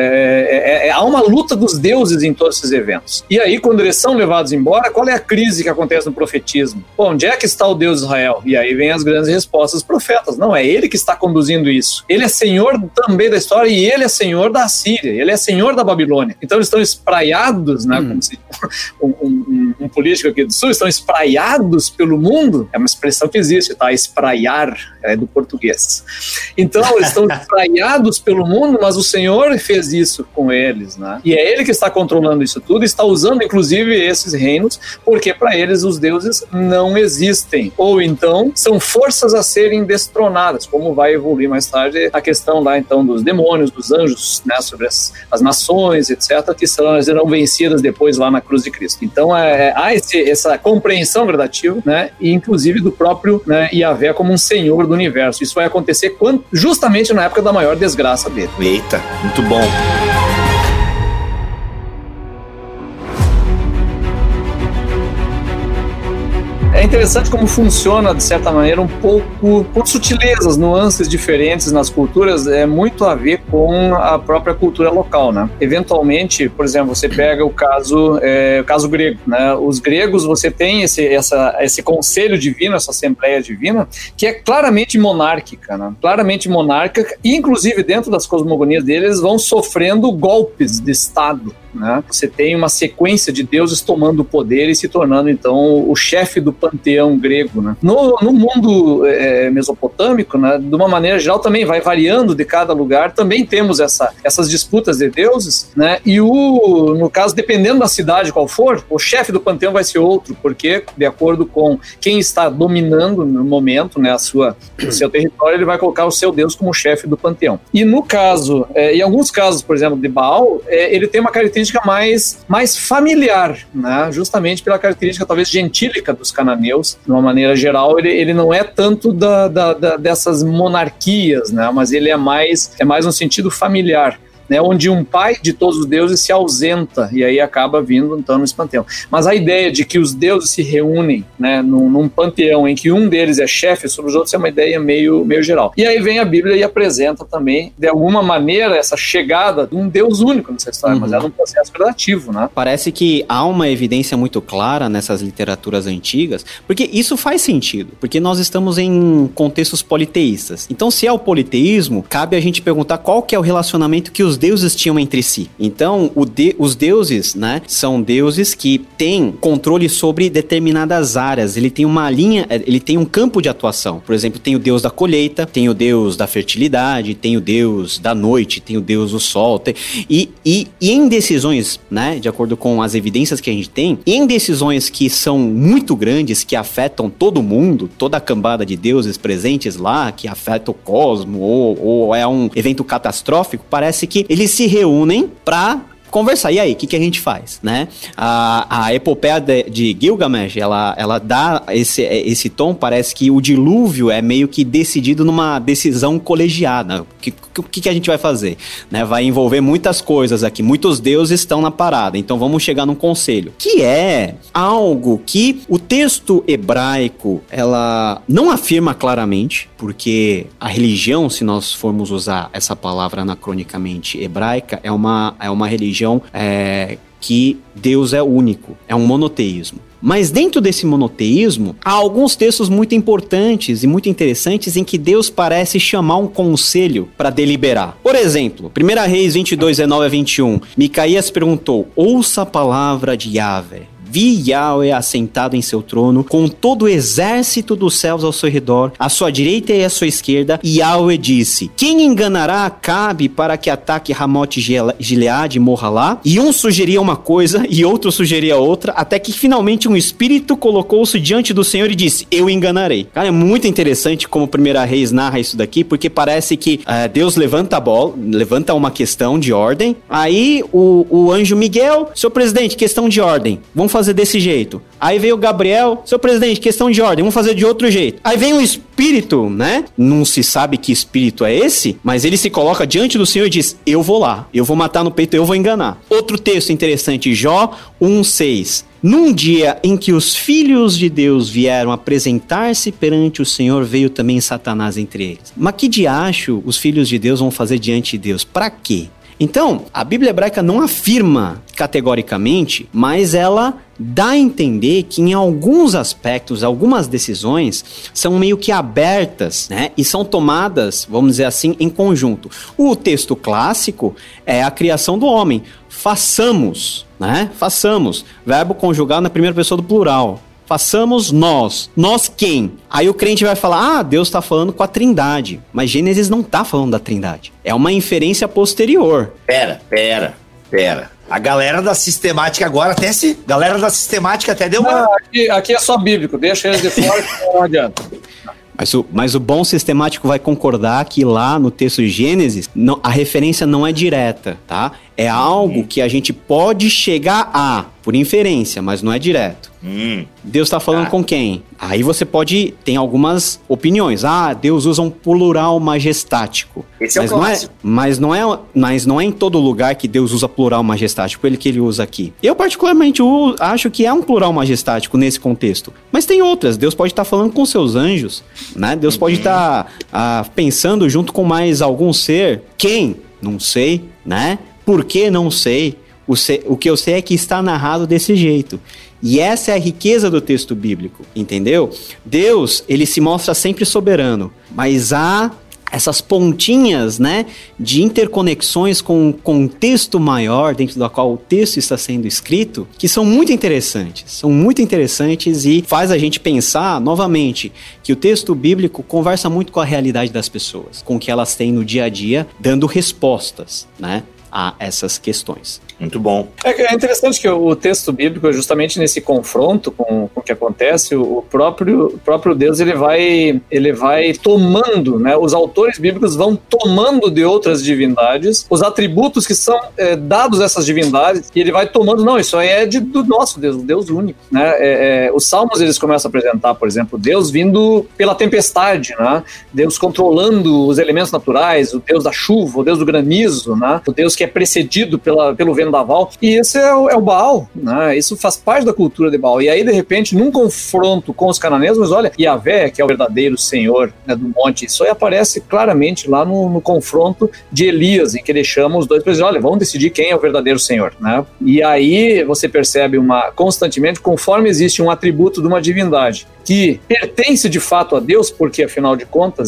há uma luta dos deuses em todos esses eventos. E aí, quando eles são levados embora, qual é a crise que acontece no profetismo? Bom, onde é que está o Deus de Israel? E aí vem as grandes respostas dos profetas. Não, é ele que está conduzindo isso. Ele é Senhor também da história e ele é Senhor da Assíria, ele é Senhor da Babilônia. Então eles estão espraiados, né, como se um político aqui do Sul, estão espraiados pelo mundo. É uma expressão que existe, tá? Espraiar, é do português. Então eles estão espraiados pelo mundo, mas o Senhor fez isso com eles, né? E é ele que está controlando isso tudo, está usando inclusive esses reinos, porque para eles os deuses não existem, ou então são forças a serem destronadas, como vai evoluir mais tarde a questão lá então dos demônios, dos anjos, né, sobre as nações, etc., que serão vencidas depois lá na cruz de Cristo. Então há essa compreensão gradativa, né, e inclusive do próprio, né, Yahvé como um senhor do universo. Isso vai acontecer justamente na época da maior desgraça dele. Eita, muito bom. É interessante como funciona, de certa maneira, um pouco com sutilezas, nuances diferentes nas culturas, muito a ver com a própria cultura local, né? Eventualmente, por exemplo, você pega o caso grego, né? Os gregos, você tem esse conselho divino, essa assembleia divina, que é claramente monárquica, né? Claramente monárquica, e inclusive dentro das cosmogonias deles, vão sofrendo golpes de Estado, né? Você tem uma sequência de deuses tomando o poder e se tornando, então, o chefe do panteão grego, né? No mundo mesopotâmico, né, de uma maneira geral, também vai variando de cada lugar, também temos essas disputas de deuses, né? E no caso, dependendo da cidade qual for, o chefe do panteão vai ser outro, porque, de acordo com quem está dominando no momento, né, o seu território, ele vai colocar o seu deus como chefe do panteão. E no caso, em alguns casos, por exemplo, de Baal, ele tem uma característica mais familiar, né? Justamente pela característica talvez gentílica dos cananeus, de uma maneira geral, ele não é tanto dessas monarquias, né? Mas ele é mais um sentido familiar, né, onde um pai de todos os deuses se ausenta e aí acaba vindo então nesse panteão. Mas a ideia de que os deuses se reúnem, né, num panteão em que um deles é chefe sobre os outros é uma ideia meio geral. E aí vem a Bíblia e apresenta também, de alguma maneira, essa chegada de um Deus único nessa história, mas é num processo gradativo, né? Parece que há uma evidência muito clara nessas literaturas antigas, porque isso faz sentido, porque nós estamos em contextos politeístas. Então, se é o politeísmo, cabe a gente perguntar qual que é o relacionamento que os deuses tinham entre si. Então, os deuses, né, são deuses que têm controle sobre determinadas áreas. Ele tem uma linha, ele tem um campo de atuação. Por exemplo, tem o deus da colheita, tem o deus da fertilidade, tem o deus da noite, tem o deus do sol. E em decisões, né, de acordo com as evidências que a gente tem, em decisões que são muito grandes, que afetam todo mundo, toda a cambada de deuses presentes lá, que afeta o cosmo, ou é um evento catastrófico, parece que eles se reúnem para conversar. E aí, o que a gente faz, né? A epopeia de Gilgamesh, ela dá esse tom, parece que o dilúvio é meio que decidido numa decisão colegiada. O que a gente vai fazer? Né? Vai envolver muitas coisas aqui, muitos deuses estão na parada, então vamos chegar num conselho. Que é algo que o texto hebraico, ela não afirma claramente, porque a religião, se nós formos usar essa palavra anacronicamente hebraica, é uma religião que Deus é único, é um monoteísmo. Mas dentro desse monoteísmo, há alguns textos muito importantes e muito interessantes em que Deus parece chamar um conselho para deliberar. Por exemplo, 1 Reis 22, 19 a 21, Micaías perguntou: ouça a palavra de Yahvé. Vi Yahvé assentado em seu trono, com todo o exército dos céus ao seu redor, à sua direita e à sua esquerda, e Yahvé disse: quem enganará Acabe para que ataque Ramote Gileade e morra lá? E um sugeria uma coisa e outro sugeria outra, até que finalmente um espírito colocou-se diante do Senhor e disse: eu enganarei. Cara, é muito interessante como 1 Reis narra isso daqui, porque parece que Deus levanta a bola, levanta uma questão de ordem, aí o anjo Miguel: seu presidente, questão de ordem, vamos fazer desse jeito. Aí veio o Gabriel: seu presidente, questão de ordem, vamos fazer de outro jeito. Aí vem o espírito, né? Não se sabe que espírito é esse, mas ele se coloca diante do Senhor e diz: eu vou lá, eu vou matar no peito, eu vou enganar. Outro texto interessante, Jó 1:6. Num dia em que os filhos de Deus vieram apresentar-se perante o Senhor, veio também Satanás entre eles. Mas que diacho os filhos de Deus vão fazer diante de Deus? Pra quê? Então, a Bíblia hebraica não afirma categoricamente, mas ela dá a entender que em alguns aspectos, algumas decisões são meio que abertas, né? E são tomadas, vamos dizer assim, em conjunto. O texto clássico é a criação do homem. Façamos, né? Façamos. Verbo conjugado na primeira pessoa do plural. Façamos nós. Nós quem? Aí o crente vai falar: Deus está falando com a Trindade. Mas Gênesis não está falando da Trindade. É uma inferência posterior. Pera. A galera da sistemática agora até se... Galera da sistemática até deu uma... Aqui é só bíblico, deixa eles de fora que não adianta. Mas o bom sistemático vai concordar que lá no texto de Gênesis, a referência não é direta, tá? É algo que a gente pode chegar a, por inferência, mas não é direto. Deus está falando com quem? Aí você tem algumas opiniões. Deus usa um plural majestático. Esse é o clássico. Mas não é em todo lugar que Deus usa plural majestático, ele que ele usa aqui. Eu particularmente acho que é um plural majestático nesse contexto. Mas tem outras. Deus pode estar falando com seus anjos, né? Deus pode estar pensando junto com mais algum ser. Quem? Não sei, né? Por que? Não sei. O que eu sei é que está narrado desse jeito. E essa é a riqueza do texto bíblico, entendeu? Deus, ele se mostra sempre soberano, mas há essas pontinhas, né, de interconexões com um contexto maior dentro do qual o texto está sendo escrito, que são muito interessantes e faz a gente pensar, novamente, que o texto bíblico conversa muito com a realidade das pessoas, com o que elas têm no dia a dia, dando respostas, né, a essas questões. Muito bom. É interessante que o texto bíblico, justamente nesse confronto com o que acontece, o próprio Deus ele vai tomando, né? Os autores bíblicos vão tomando de outras divindades os atributos que são dados a essas divindades, e ele vai tomando, não, isso aí é do nosso Deus, o Deus único, né? Os salmos eles começam a apresentar, por exemplo, Deus vindo pela tempestade, né? Deus controlando os elementos naturais, o Deus da chuva, o Deus do granizo, né? O Deus que é precedido pelo vendaval, e esse é o Baal, né? Isso faz parte da cultura de Baal. E aí, de repente, num confronto com os cananeus, mas olha, Yahvé, que é o verdadeiro Senhor, né, do monte, isso aí aparece claramente lá no confronto de Elias, em que ele chama os dois para dizer: olha, vamos decidir quem é o verdadeiro Senhor, né? E aí você percebe constantemente, conforme existe um atributo de uma divindade que pertence de fato a Deus, porque afinal de contas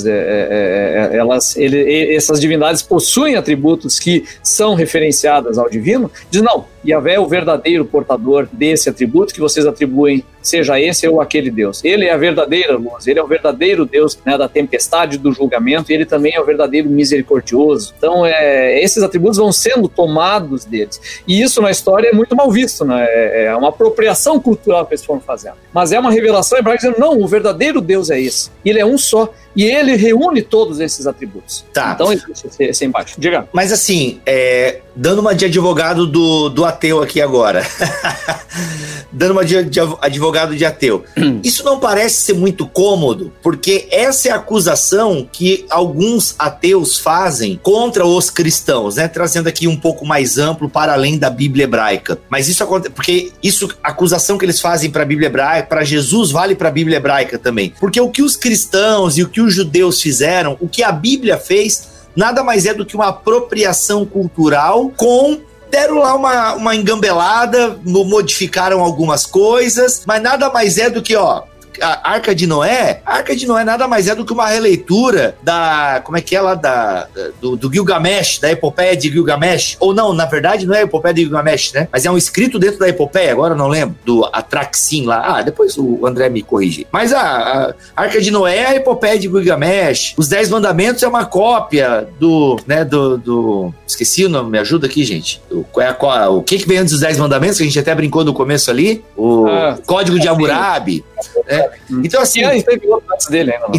essas divindades possuem atributos que são referenciadas ao divino, diz: não, Yahvé é o verdadeiro portador desse atributo que vocês atribuem, seja esse ou aquele Deus. Ele é a verdadeira luz, ele é o verdadeiro Deus, né, da tempestade, do julgamento, e ele também é o verdadeiro misericordioso. Então, esses atributos vão sendo tomados deles. E isso na história é muito mal visto, né? É uma apropriação cultural que eles foram fazendo. Mas é uma revelação hebraica dizendo: não, o verdadeiro Deus é esse. Ele é um só. E ele reúne todos esses atributos. Tá. Então existe esse embate. Diga. Mas assim, dando uma de advogado do ateu aqui agora. Dando uma de advogado de ateu. Isso não parece ser muito cômodo, porque essa é a acusação que alguns ateus fazem contra os cristãos, né? Trazendo aqui um pouco mais amplo para além da Bíblia hebraica. Mas isso acontece porque a acusação que eles fazem para a Bíblia hebraica, para Jesus, vale para a Bíblia hebraica também. Porque o que os cristãos e o que os judeus fizeram, o que a Bíblia fez, nada mais é do que uma apropriação cultural com deram lá uma engambelada, modificaram algumas coisas, mas nada mais é do que, ó, a Arca de Noé nada mais é do que uma releitura da, como é que é lá, do Gilgamesh, da epopeia de Gilgamesh, ou não, na verdade não é a epopeia de Gilgamesh, né, mas é um escrito dentro da epopeia, agora eu não lembro, do Atraxim lá, depois o André me corrige, mas a Arca de Noé é a epopeia de Gilgamesh, os 10 mandamentos é uma cópia esqueci o nome, me ajuda aqui, gente, o que vem antes dos 10 mandamentos, que a gente até brincou no começo ali, o Código de Hammurabi, né? Então, assim. E teve outro antes dele ainda.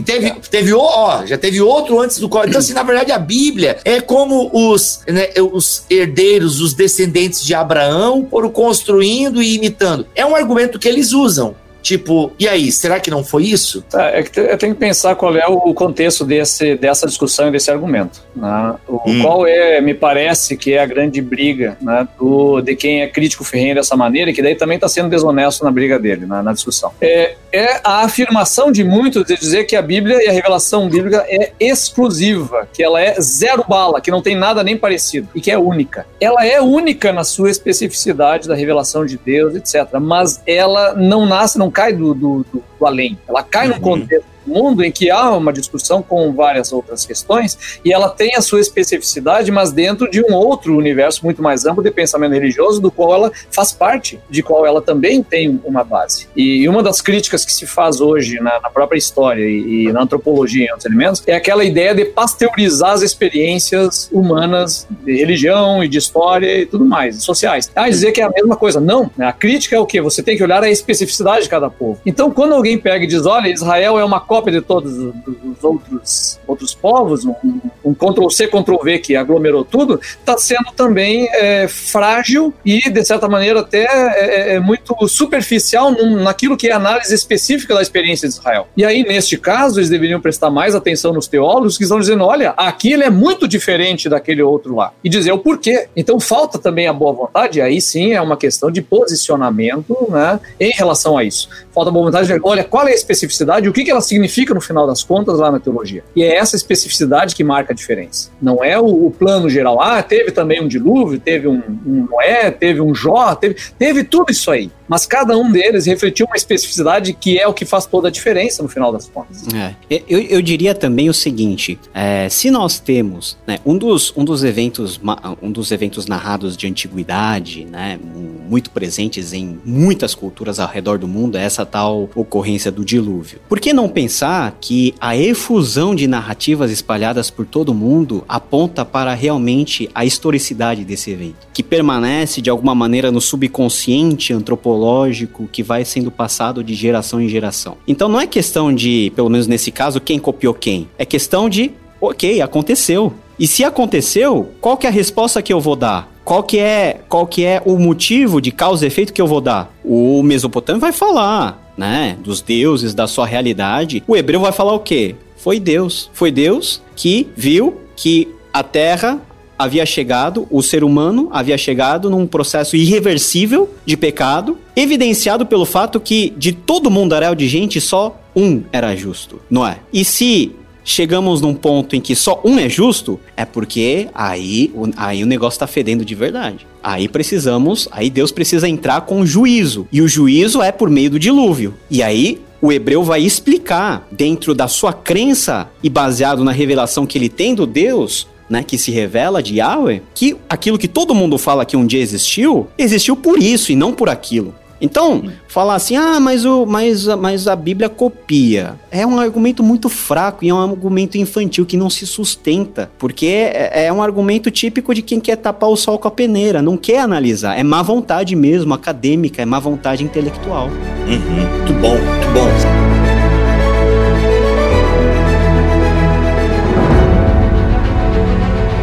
Já teve outro antes do Código. Então, assim, na verdade, a Bíblia é como os herdeiros, os descendentes de Abraão foram construindo e imitando. É um argumento que eles usam. Tipo, e aí, será que não foi isso? É que eu tenho que pensar qual é o contexto dessa discussão e desse argumento, né? Qual me parece que é a grande briga, né, de quem é crítico ferrenho dessa maneira, e que daí também está sendo desonesto na briga dele, na discussão. É a afirmação de muitos de dizer que a Bíblia e a revelação bíblica é exclusiva, que ela é zero bala, que não tem nada nem parecido, e que é única. Ela é única na sua especificidade da revelação de Deus, etc., mas ela não cai do além, ela cai no contexto do mundo em que há uma discussão com várias outras questões e ela tem a sua especificidade, mas dentro de um outro universo muito mais amplo de pensamento religioso, do qual ela faz parte, de qual ela também tem uma base. E uma das críticas que se faz hoje na própria história e na antropologia e outros elementos é aquela ideia de pasteurizar as experiências humanas de religião e de história e tudo mais, sociais. Dizer que é a mesma coisa. Não, né? A crítica é o quê? Você tem que olhar a especificidade de cada povo. Então, quando alguém pega e diz, olha, Israel é uma cópia de todos os outros povos, um Ctrl-C, Ctrl-V que aglomerou tudo, está sendo também frágil e, de certa maneira, até muito superficial naquilo que é a análise específica da experiência de Israel. E aí, neste caso, eles deveriam prestar mais atenção nos teólogos que estão dizendo, olha, aqui ele é muito diferente daquele outro lá. E dizer o porquê. Então, falta também a boa vontade, e aí sim é uma questão de posicionamento, né, em relação a isso. Falta a boa vontade de, olha, qual é a especificidade e o que ela significa no final das contas lá na teologia. E é essa especificidade que marca a diferença. Não é o plano geral. Teve também um dilúvio, teve um Noé, teve um Jó, teve tudo isso aí. Mas cada um deles refletiu uma especificidade que é o que faz toda a diferença no final das contas. Eu diria também o seguinte, se nós temos, né, um dos eventos narrados de antiguidade, né, muito presentes em muitas culturas ao redor do mundo, é essa tal ocorrência do dilúvio. Por que não pensar que a efusão de narrativas espalhadas por todo o mundo aponta para realmente a historicidade desse evento, que permanece de alguma maneira no subconsciente antropológico que vai sendo passado de geração em geração. Então não é questão de, pelo menos nesse caso, quem copiou quem. É questão de, ok, aconteceu. E se aconteceu, qual que é a resposta que eu vou dar? Qual que é o motivo de causa e efeito que eu vou dar? O Mesopotâmio vai falar, né, dos deuses, da sua realidade. O hebreu vai falar o quê? Foi Deus. Foi Deus que viu que a terra havia chegado, o ser humano havia chegado num processo irreversível de pecado, evidenciado pelo fato que de todo mundaréu de gente, só um era justo, Noé. E se chegamos num ponto em que só um é justo, é porque aí o negócio tá fedendo de verdade. Aí Deus precisa entrar com juízo. E o juízo é por meio do dilúvio. E aí o hebreu vai explicar, dentro da sua crença e baseado na revelação que ele tem do Deus, né, que se revela de Yahweh, que aquilo que todo mundo fala que um dia existiu por isso e não por aquilo. Então, falar assim, mas a Bíblia copia, é um argumento muito fraco e é um argumento infantil que não se sustenta, porque é um argumento típico de quem quer tapar o sol com a peneira, não quer analisar, é má vontade mesmo, acadêmica, é má vontade intelectual. Muito bom, muito bom.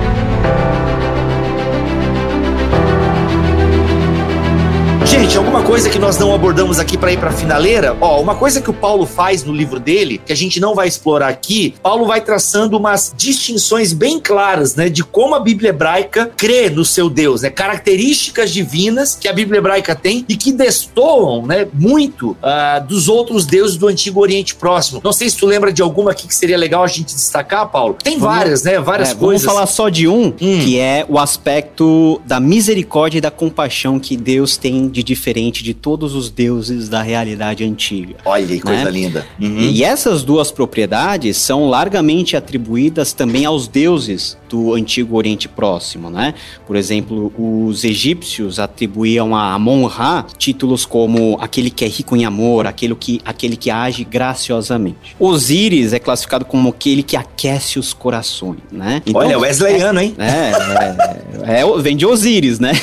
Gente, alguma coisa coisa que nós não abordamos aqui para ir para a finaleira, uma coisa que o Paulo faz no livro dele, que a gente não vai explorar aqui, Paulo vai traçando umas distinções bem claras, né, de como a Bíblia hebraica crê no seu Deus, né, características divinas que a Bíblia hebraica tem e que destoam, né, muito dos outros deuses do Antigo Oriente Próximo. Não sei se tu lembra de alguma aqui que seria legal a gente destacar, Paulo. Tem várias, né, várias coisas. Vamos falar só de um, que é o aspecto da misericórdia e da compaixão que Deus tem de diferente de todos os deuses da realidade antiga. Olha que coisa linda. E essas duas propriedades são largamente atribuídas também aos deuses do Antigo Oriente Próximo, né? Por exemplo, os egípcios atribuíam a Amon-Ra títulos como aquele que é rico em amor, aquele que age graciosamente. Osíris é classificado como aquele que aquece os corações, né? Então, olha, wesleyano, hein? Vem de Osíris, né?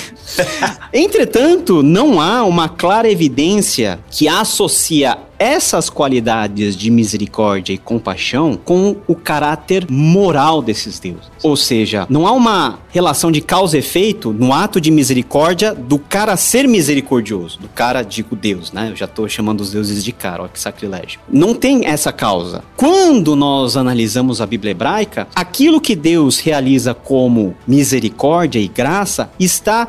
Entretanto, não há uma clara evidência que associa essas qualidades de misericórdia e compaixão com o caráter moral desses deuses. Ou seja, não há uma relação de causa e efeito no ato de misericórdia do cara ser misericordioso. Do cara, digo Deus, né? Eu já tô chamando os deuses de cara, ó que sacrilégio. Não tem essa causa. Quando nós analisamos a Bíblia hebraica, aquilo que Deus realiza como misericórdia e graça está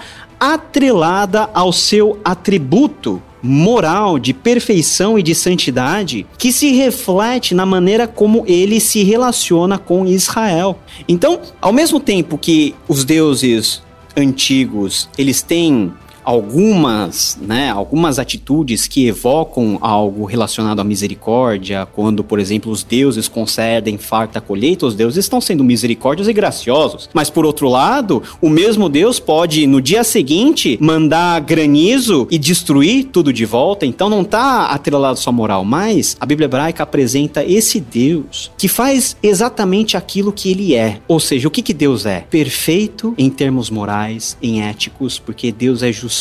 atrelada ao seu atributo moral de perfeição e de santidade que se reflete na maneira como ele se relaciona com Israel. Então, ao mesmo tempo que os deuses antigos, eles têm algumas atitudes que evocam algo relacionado à misericórdia, quando, por exemplo, os deuses concedem farta colheita, os deuses estão sendo misericórdios e graciosos. Mas, por outro lado, o mesmo Deus pode, no dia seguinte, mandar granizo e destruir tudo de volta. Então, não está atrelado só à moral, mas a Bíblia hebraica apresenta esse Deus que faz exatamente aquilo que ele é. Ou seja, o que Deus é? Perfeito em termos morais, em éticos, porque Deus é justo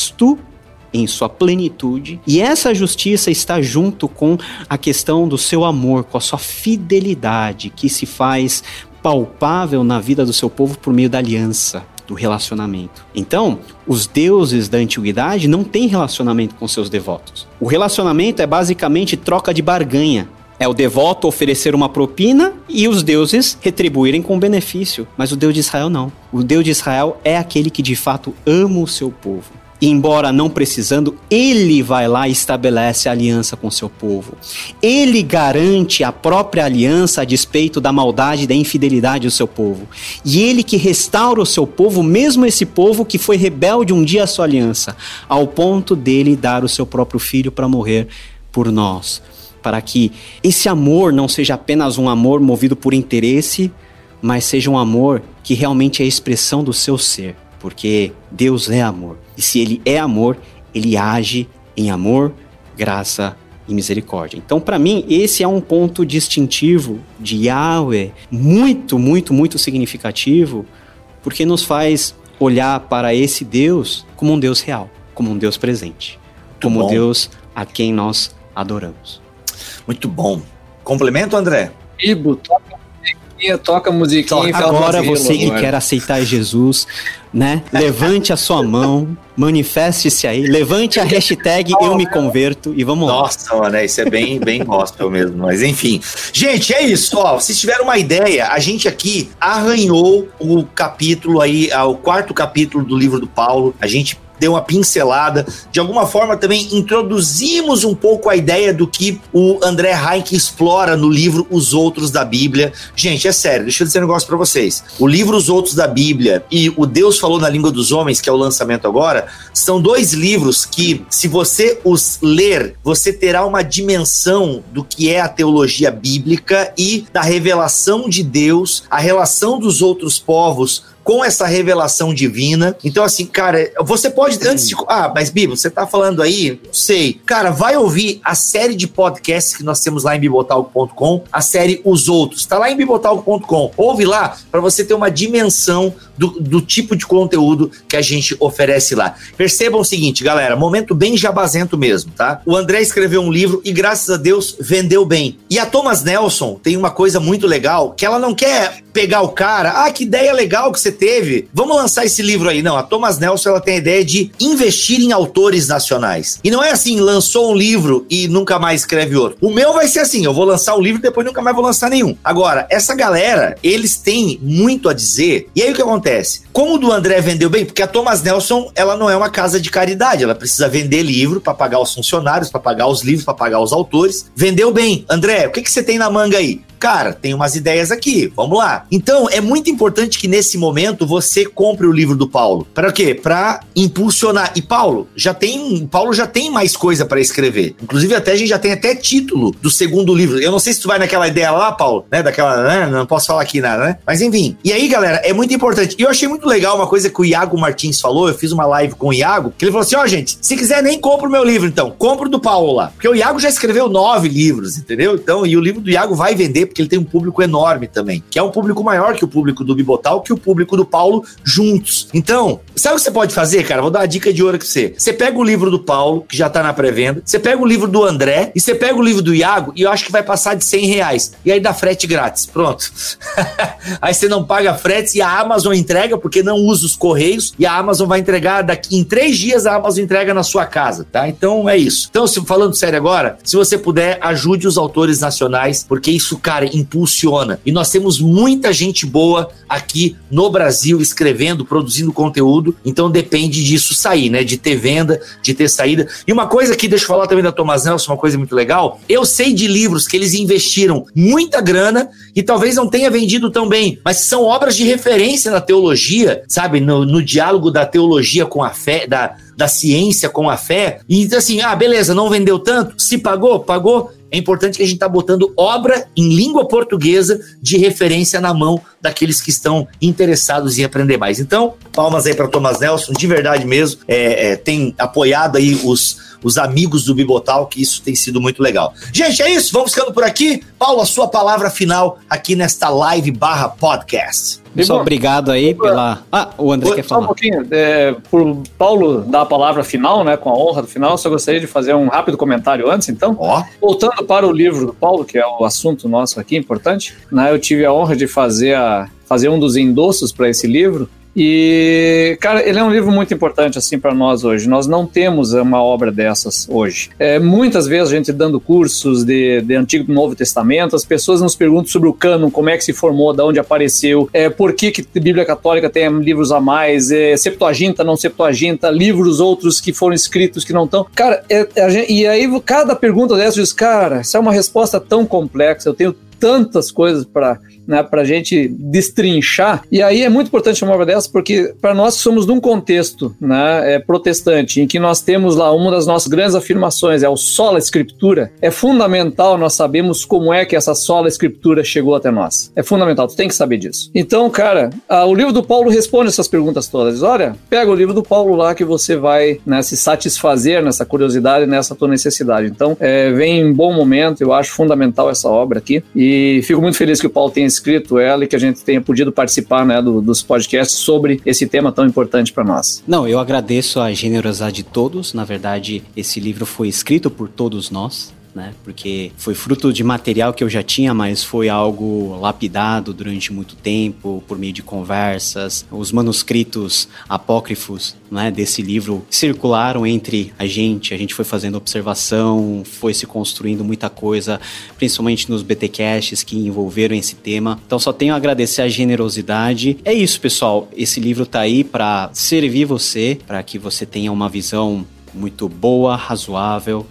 em sua plenitude, e essa justiça está junto com a questão do seu amor, com a sua fidelidade, que se faz palpável na vida do seu povo por meio da aliança, do relacionamento. Então, os deuses da antiguidade não têm relacionamento com seus devotos. O relacionamento é basicamente troca de barganha. É o devoto oferecer uma propina e os deuses retribuírem com benefício. Mas o Deus de Israel não. O Deus de Israel é aquele que de fato ama o seu povo. E embora não precisando, ele vai lá e estabelece a aliança com seu povo. Ele garante a própria aliança a despeito da maldade e da infidelidade do seu povo. E ele que restaura o seu povo, mesmo esse povo que foi rebelde um dia à sua aliança, ao ponto dele dar o seu próprio filho para morrer por nós. Para que esse amor não seja apenas um amor movido por interesse, mas seja um amor que realmente é a expressão do seu ser. Porque Deus é amor. E se ele é amor, ele age em amor, graça e misericórdia. Então, para mim, esse é um ponto distintivo de Yahweh, muito, muito, muito significativo, porque nos faz olhar para esse Deus como um Deus real, como um Deus presente, como um Deus a quem nós adoramos. Muito bom. Complemento, André? Ibo, toca a musiquinha. Agora você que quer aceitar Jesus, né? Levante a sua mão, manifeste-se aí, levante a hashtag eu me converto e vamos lá. Nossa, mano, isso é bem gospel mesmo, mas enfim. Gente, é isso, ó, vocês tiveram uma ideia, a gente aqui arranhou o capítulo aí, o 4º capítulo do livro do Paulo, a gente deu uma pincelada, de alguma forma também introduzimos um pouco a ideia do que o André Heinck explora no livro Os Outros da Bíblia. Gente, é sério, deixa eu dizer um negócio pra vocês. O livro Os Outros da Bíblia e o Deus Falou na Língua dos Homens, que é o lançamento agora, são 2 livros que, se você os ler, você terá uma dimensão do que é a teologia bíblica e da revelação de Deus, a relação dos outros povos com essa revelação divina. Então, assim, cara, você pode, antes de... mas Bibo, você tá falando aí? Não sei. Cara, vai ouvir a série de podcasts que nós temos lá em bibotalk.com, a série Os Outros. Tá lá em bibotalk.com. Ouve lá pra você ter uma dimensão do tipo de conteúdo que a gente oferece lá. Percebam o seguinte, galera, momento bem jabazento mesmo, tá? O André escreveu um livro e, graças a Deus, vendeu bem. E a Thomas Nelson tem uma coisa muito legal, que ela não quer pegar o cara, que ideia legal que você teve, vamos lançar esse livro aí. Não, a Thomas Nelson, ela tem a ideia de investir em autores nacionais. E não é assim, lançou um livro e nunca mais escreve outro. O meu vai ser assim, eu vou lançar um livro e depois nunca mais vou lançar nenhum. Agora, essa galera, eles têm muito a dizer. E aí o que acontece? Como o do André vendeu bem, porque a Thomas Nelson, ela não é uma casa de caridade, ela precisa vender livro para pagar os funcionários, para pagar os livros, para pagar os autores. Vendeu bem. André, o que você tem na manga aí? Cara, tem umas ideias aqui, vamos lá. Então, é muito importante que nesse momento você compre o livro do Paulo. Para quê? Para impulsionar. E Paulo já tem mais coisa para escrever. Inclusive, a gente já tem até título do segundo livro. Eu não sei se tu vai naquela ideia lá, Paulo, né? Daquela, né? Não posso falar aqui nada, né? Mas enfim. E aí, galera, é muito importante. E eu achei muito legal uma coisa que o Iago Martins falou. Eu fiz uma live com o Iago, que ele falou assim, gente, se quiser nem compra o meu livro, então. Compra o do Paulo lá. Porque o Iago já escreveu 9 livros, entendeu? Então, e o livro do Iago vai vender porque ele tem um público enorme também, que é um público maior que o público do Bibotal, que o público do Paulo juntos. Então, sabe o que você pode fazer, cara? Vou dar uma dica de ouro aqui pra você. Você pega o livro do Paulo, que já tá na pré-venda, você pega o livro do André, e você pega o livro do Iago, e eu acho que vai passar de R$100. E aí dá frete grátis. Pronto. Aí você não paga frete e a Amazon entrega, porque não usa os correios, e a Amazon vai entregar daqui em 3 dias, a Amazon entrega na sua casa, tá? Então é isso. Então, falando sério agora, se você puder, ajude os autores nacionais, porque isso, cara, impulsiona. E nós temos muita gente boa aqui no Brasil escrevendo, produzindo conteúdo, então depende disso sair, né? De ter venda, de ter saída. E uma coisa que, deixa eu falar também da Thomas Nelson, uma coisa muito legal, eu sei de livros que eles investiram muita grana e talvez não tenha vendido tão bem, mas são obras de referência na teologia, sabe? No diálogo da teologia com a fé, da ciência com a fé, e assim, beleza, não vendeu tanto, se pagou. É importante que a gente tá botando obra em língua portuguesa de referência na mão daqueles que estão interessados em aprender mais. Então, palmas aí para Thomas Nelson, de verdade mesmo, tem apoiado aí os amigos do Bibotal, que isso tem sido muito legal. Gente, é isso, vamos ficando por aqui. Paulo, a sua palavra final aqui nesta live/podcast. Pessoal, obrigado aí pela... o André quer falar. Só um pouquinho, por Paulo dar a palavra final, né, com a honra do final, só gostaria de fazer um rápido comentário antes, então. Voltando para o livro do Paulo, que é o assunto nosso aqui, importante, né, eu tive a honra de fazer um dos endossos para esse livro. E, cara, ele é um livro muito importante, assim, para nós hoje. Nós não temos uma obra dessas hoje. Muitas vezes a gente dando cursos de Antigo e Novo Testamento, as pessoas nos perguntam sobre o cânon, como é que se formou, de onde apareceu, por que a Bíblia Católica tem livros a mais, Septuaginta, não Septuaginta, livros outros que foram escritos que não estão. Cara, e aí cada pergunta dessa diz, cara, isso é uma resposta tão complexa, eu tenho tantas coisas para gente destrinchar, e aí é muito importante uma obra dessa, porque para nós que somos de um contexto, né, protestante, em que nós temos lá uma das nossas grandes afirmações, é o sola escritura, é fundamental nós sabermos como é que essa sola escritura chegou até nós. É fundamental, tu tem que saber disso. Então, cara, o livro do Paulo responde essas perguntas todas. Olha, pega o livro do Paulo lá que você vai, né, se satisfazer nessa curiosidade, nessa tua necessidade. Então, vem em bom momento, eu acho fundamental essa obra aqui, e fico muito feliz que o Paulo tenha escrito ela e que a gente tenha podido participar, né, dos podcasts sobre esse tema tão importante para nós. Não, eu agradeço a generosidade de todos. Na verdade, esse livro foi escrito por todos nós, né? Porque foi fruto de material que eu já tinha, mas foi algo lapidado durante muito tempo, por meio de conversas. Os manuscritos apócrifos, né, desse livro circularam entre a gente foi fazendo observação, foi se construindo muita coisa, principalmente nos BTcasts que envolveram esse tema. Então só tenho a agradecer a generosidade. É isso, pessoal, esse livro tá aí para servir você, para que você tenha uma visão muito boa, razoável.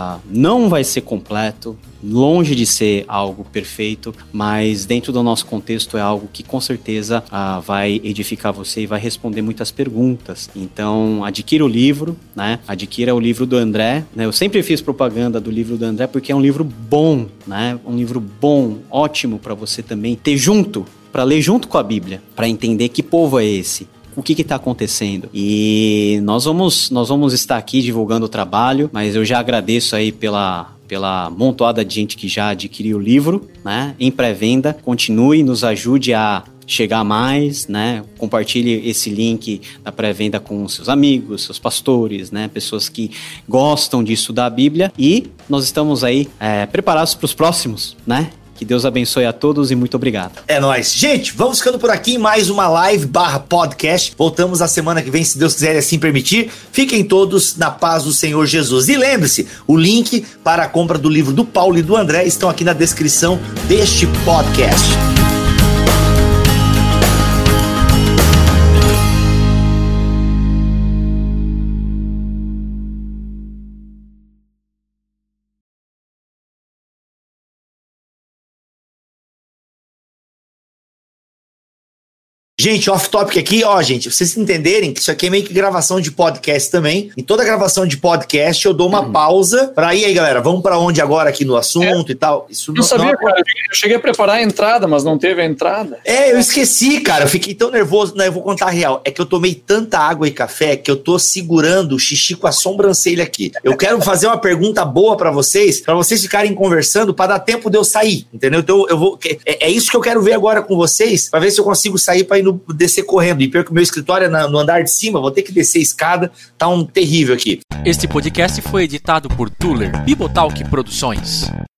Não vai ser completo, longe de ser algo perfeito, mas dentro do nosso contexto é algo que com certeza vai edificar você e vai responder muitas perguntas. Então adquira o livro, né? Adquira o livro do André, né? Eu sempre fiz propaganda do livro do André porque é um livro bom, né? Um livro bom, ótimo para você também ter junto, para ler junto com a Bíblia, para entender que povo é esse, o que está acontecendo. E nós vamos estar aqui divulgando o trabalho, mas eu já agradeço aí pela montoada de gente que já adquiriu o livro, né, em pré-venda. Continue, nos ajude a chegar mais, né? Compartilhe esse link da pré-venda com seus amigos, seus pastores, né? Pessoas que gostam de estudar a Bíblia. E nós estamos aí preparados para os próximos, né? Que Deus abençoe a todos e muito obrigado. É nóis. Gente, vamos ficando por aqui em mais uma live/podcast. Voltamos a semana que vem, se Deus quiser e assim permitir. Fiquem todos na paz do Senhor Jesus. E lembre-se, o link para a compra do livro do Paulo e do André estão aqui na descrição deste podcast. Gente, off-topic aqui, ó, gente, pra vocês entenderem que isso aqui é meio que gravação de podcast também. Em toda gravação de podcast eu dou uma pausa pra ir aí, galera, vamos pra onde agora aqui no assunto e tal. Isso não sabia, cara, eu cheguei a preparar a entrada, mas não teve a entrada. Eu esqueci, cara, eu fiquei tão nervoso. Não, eu vou contar a real, é que eu tomei tanta água e café que eu tô segurando o xixi com a sobrancelha aqui. Eu quero fazer uma pergunta boa pra vocês ficarem conversando pra dar tempo de eu sair, entendeu? Então eu vou, é isso que eu quero ver agora com vocês, pra ver se eu consigo sair pra ir descer correndo. E pior que o meu escritório é no andar de cima, vou ter que descer a escada, tá terrível aqui. Este podcast foi editado por Tuller Bibotalk Produções.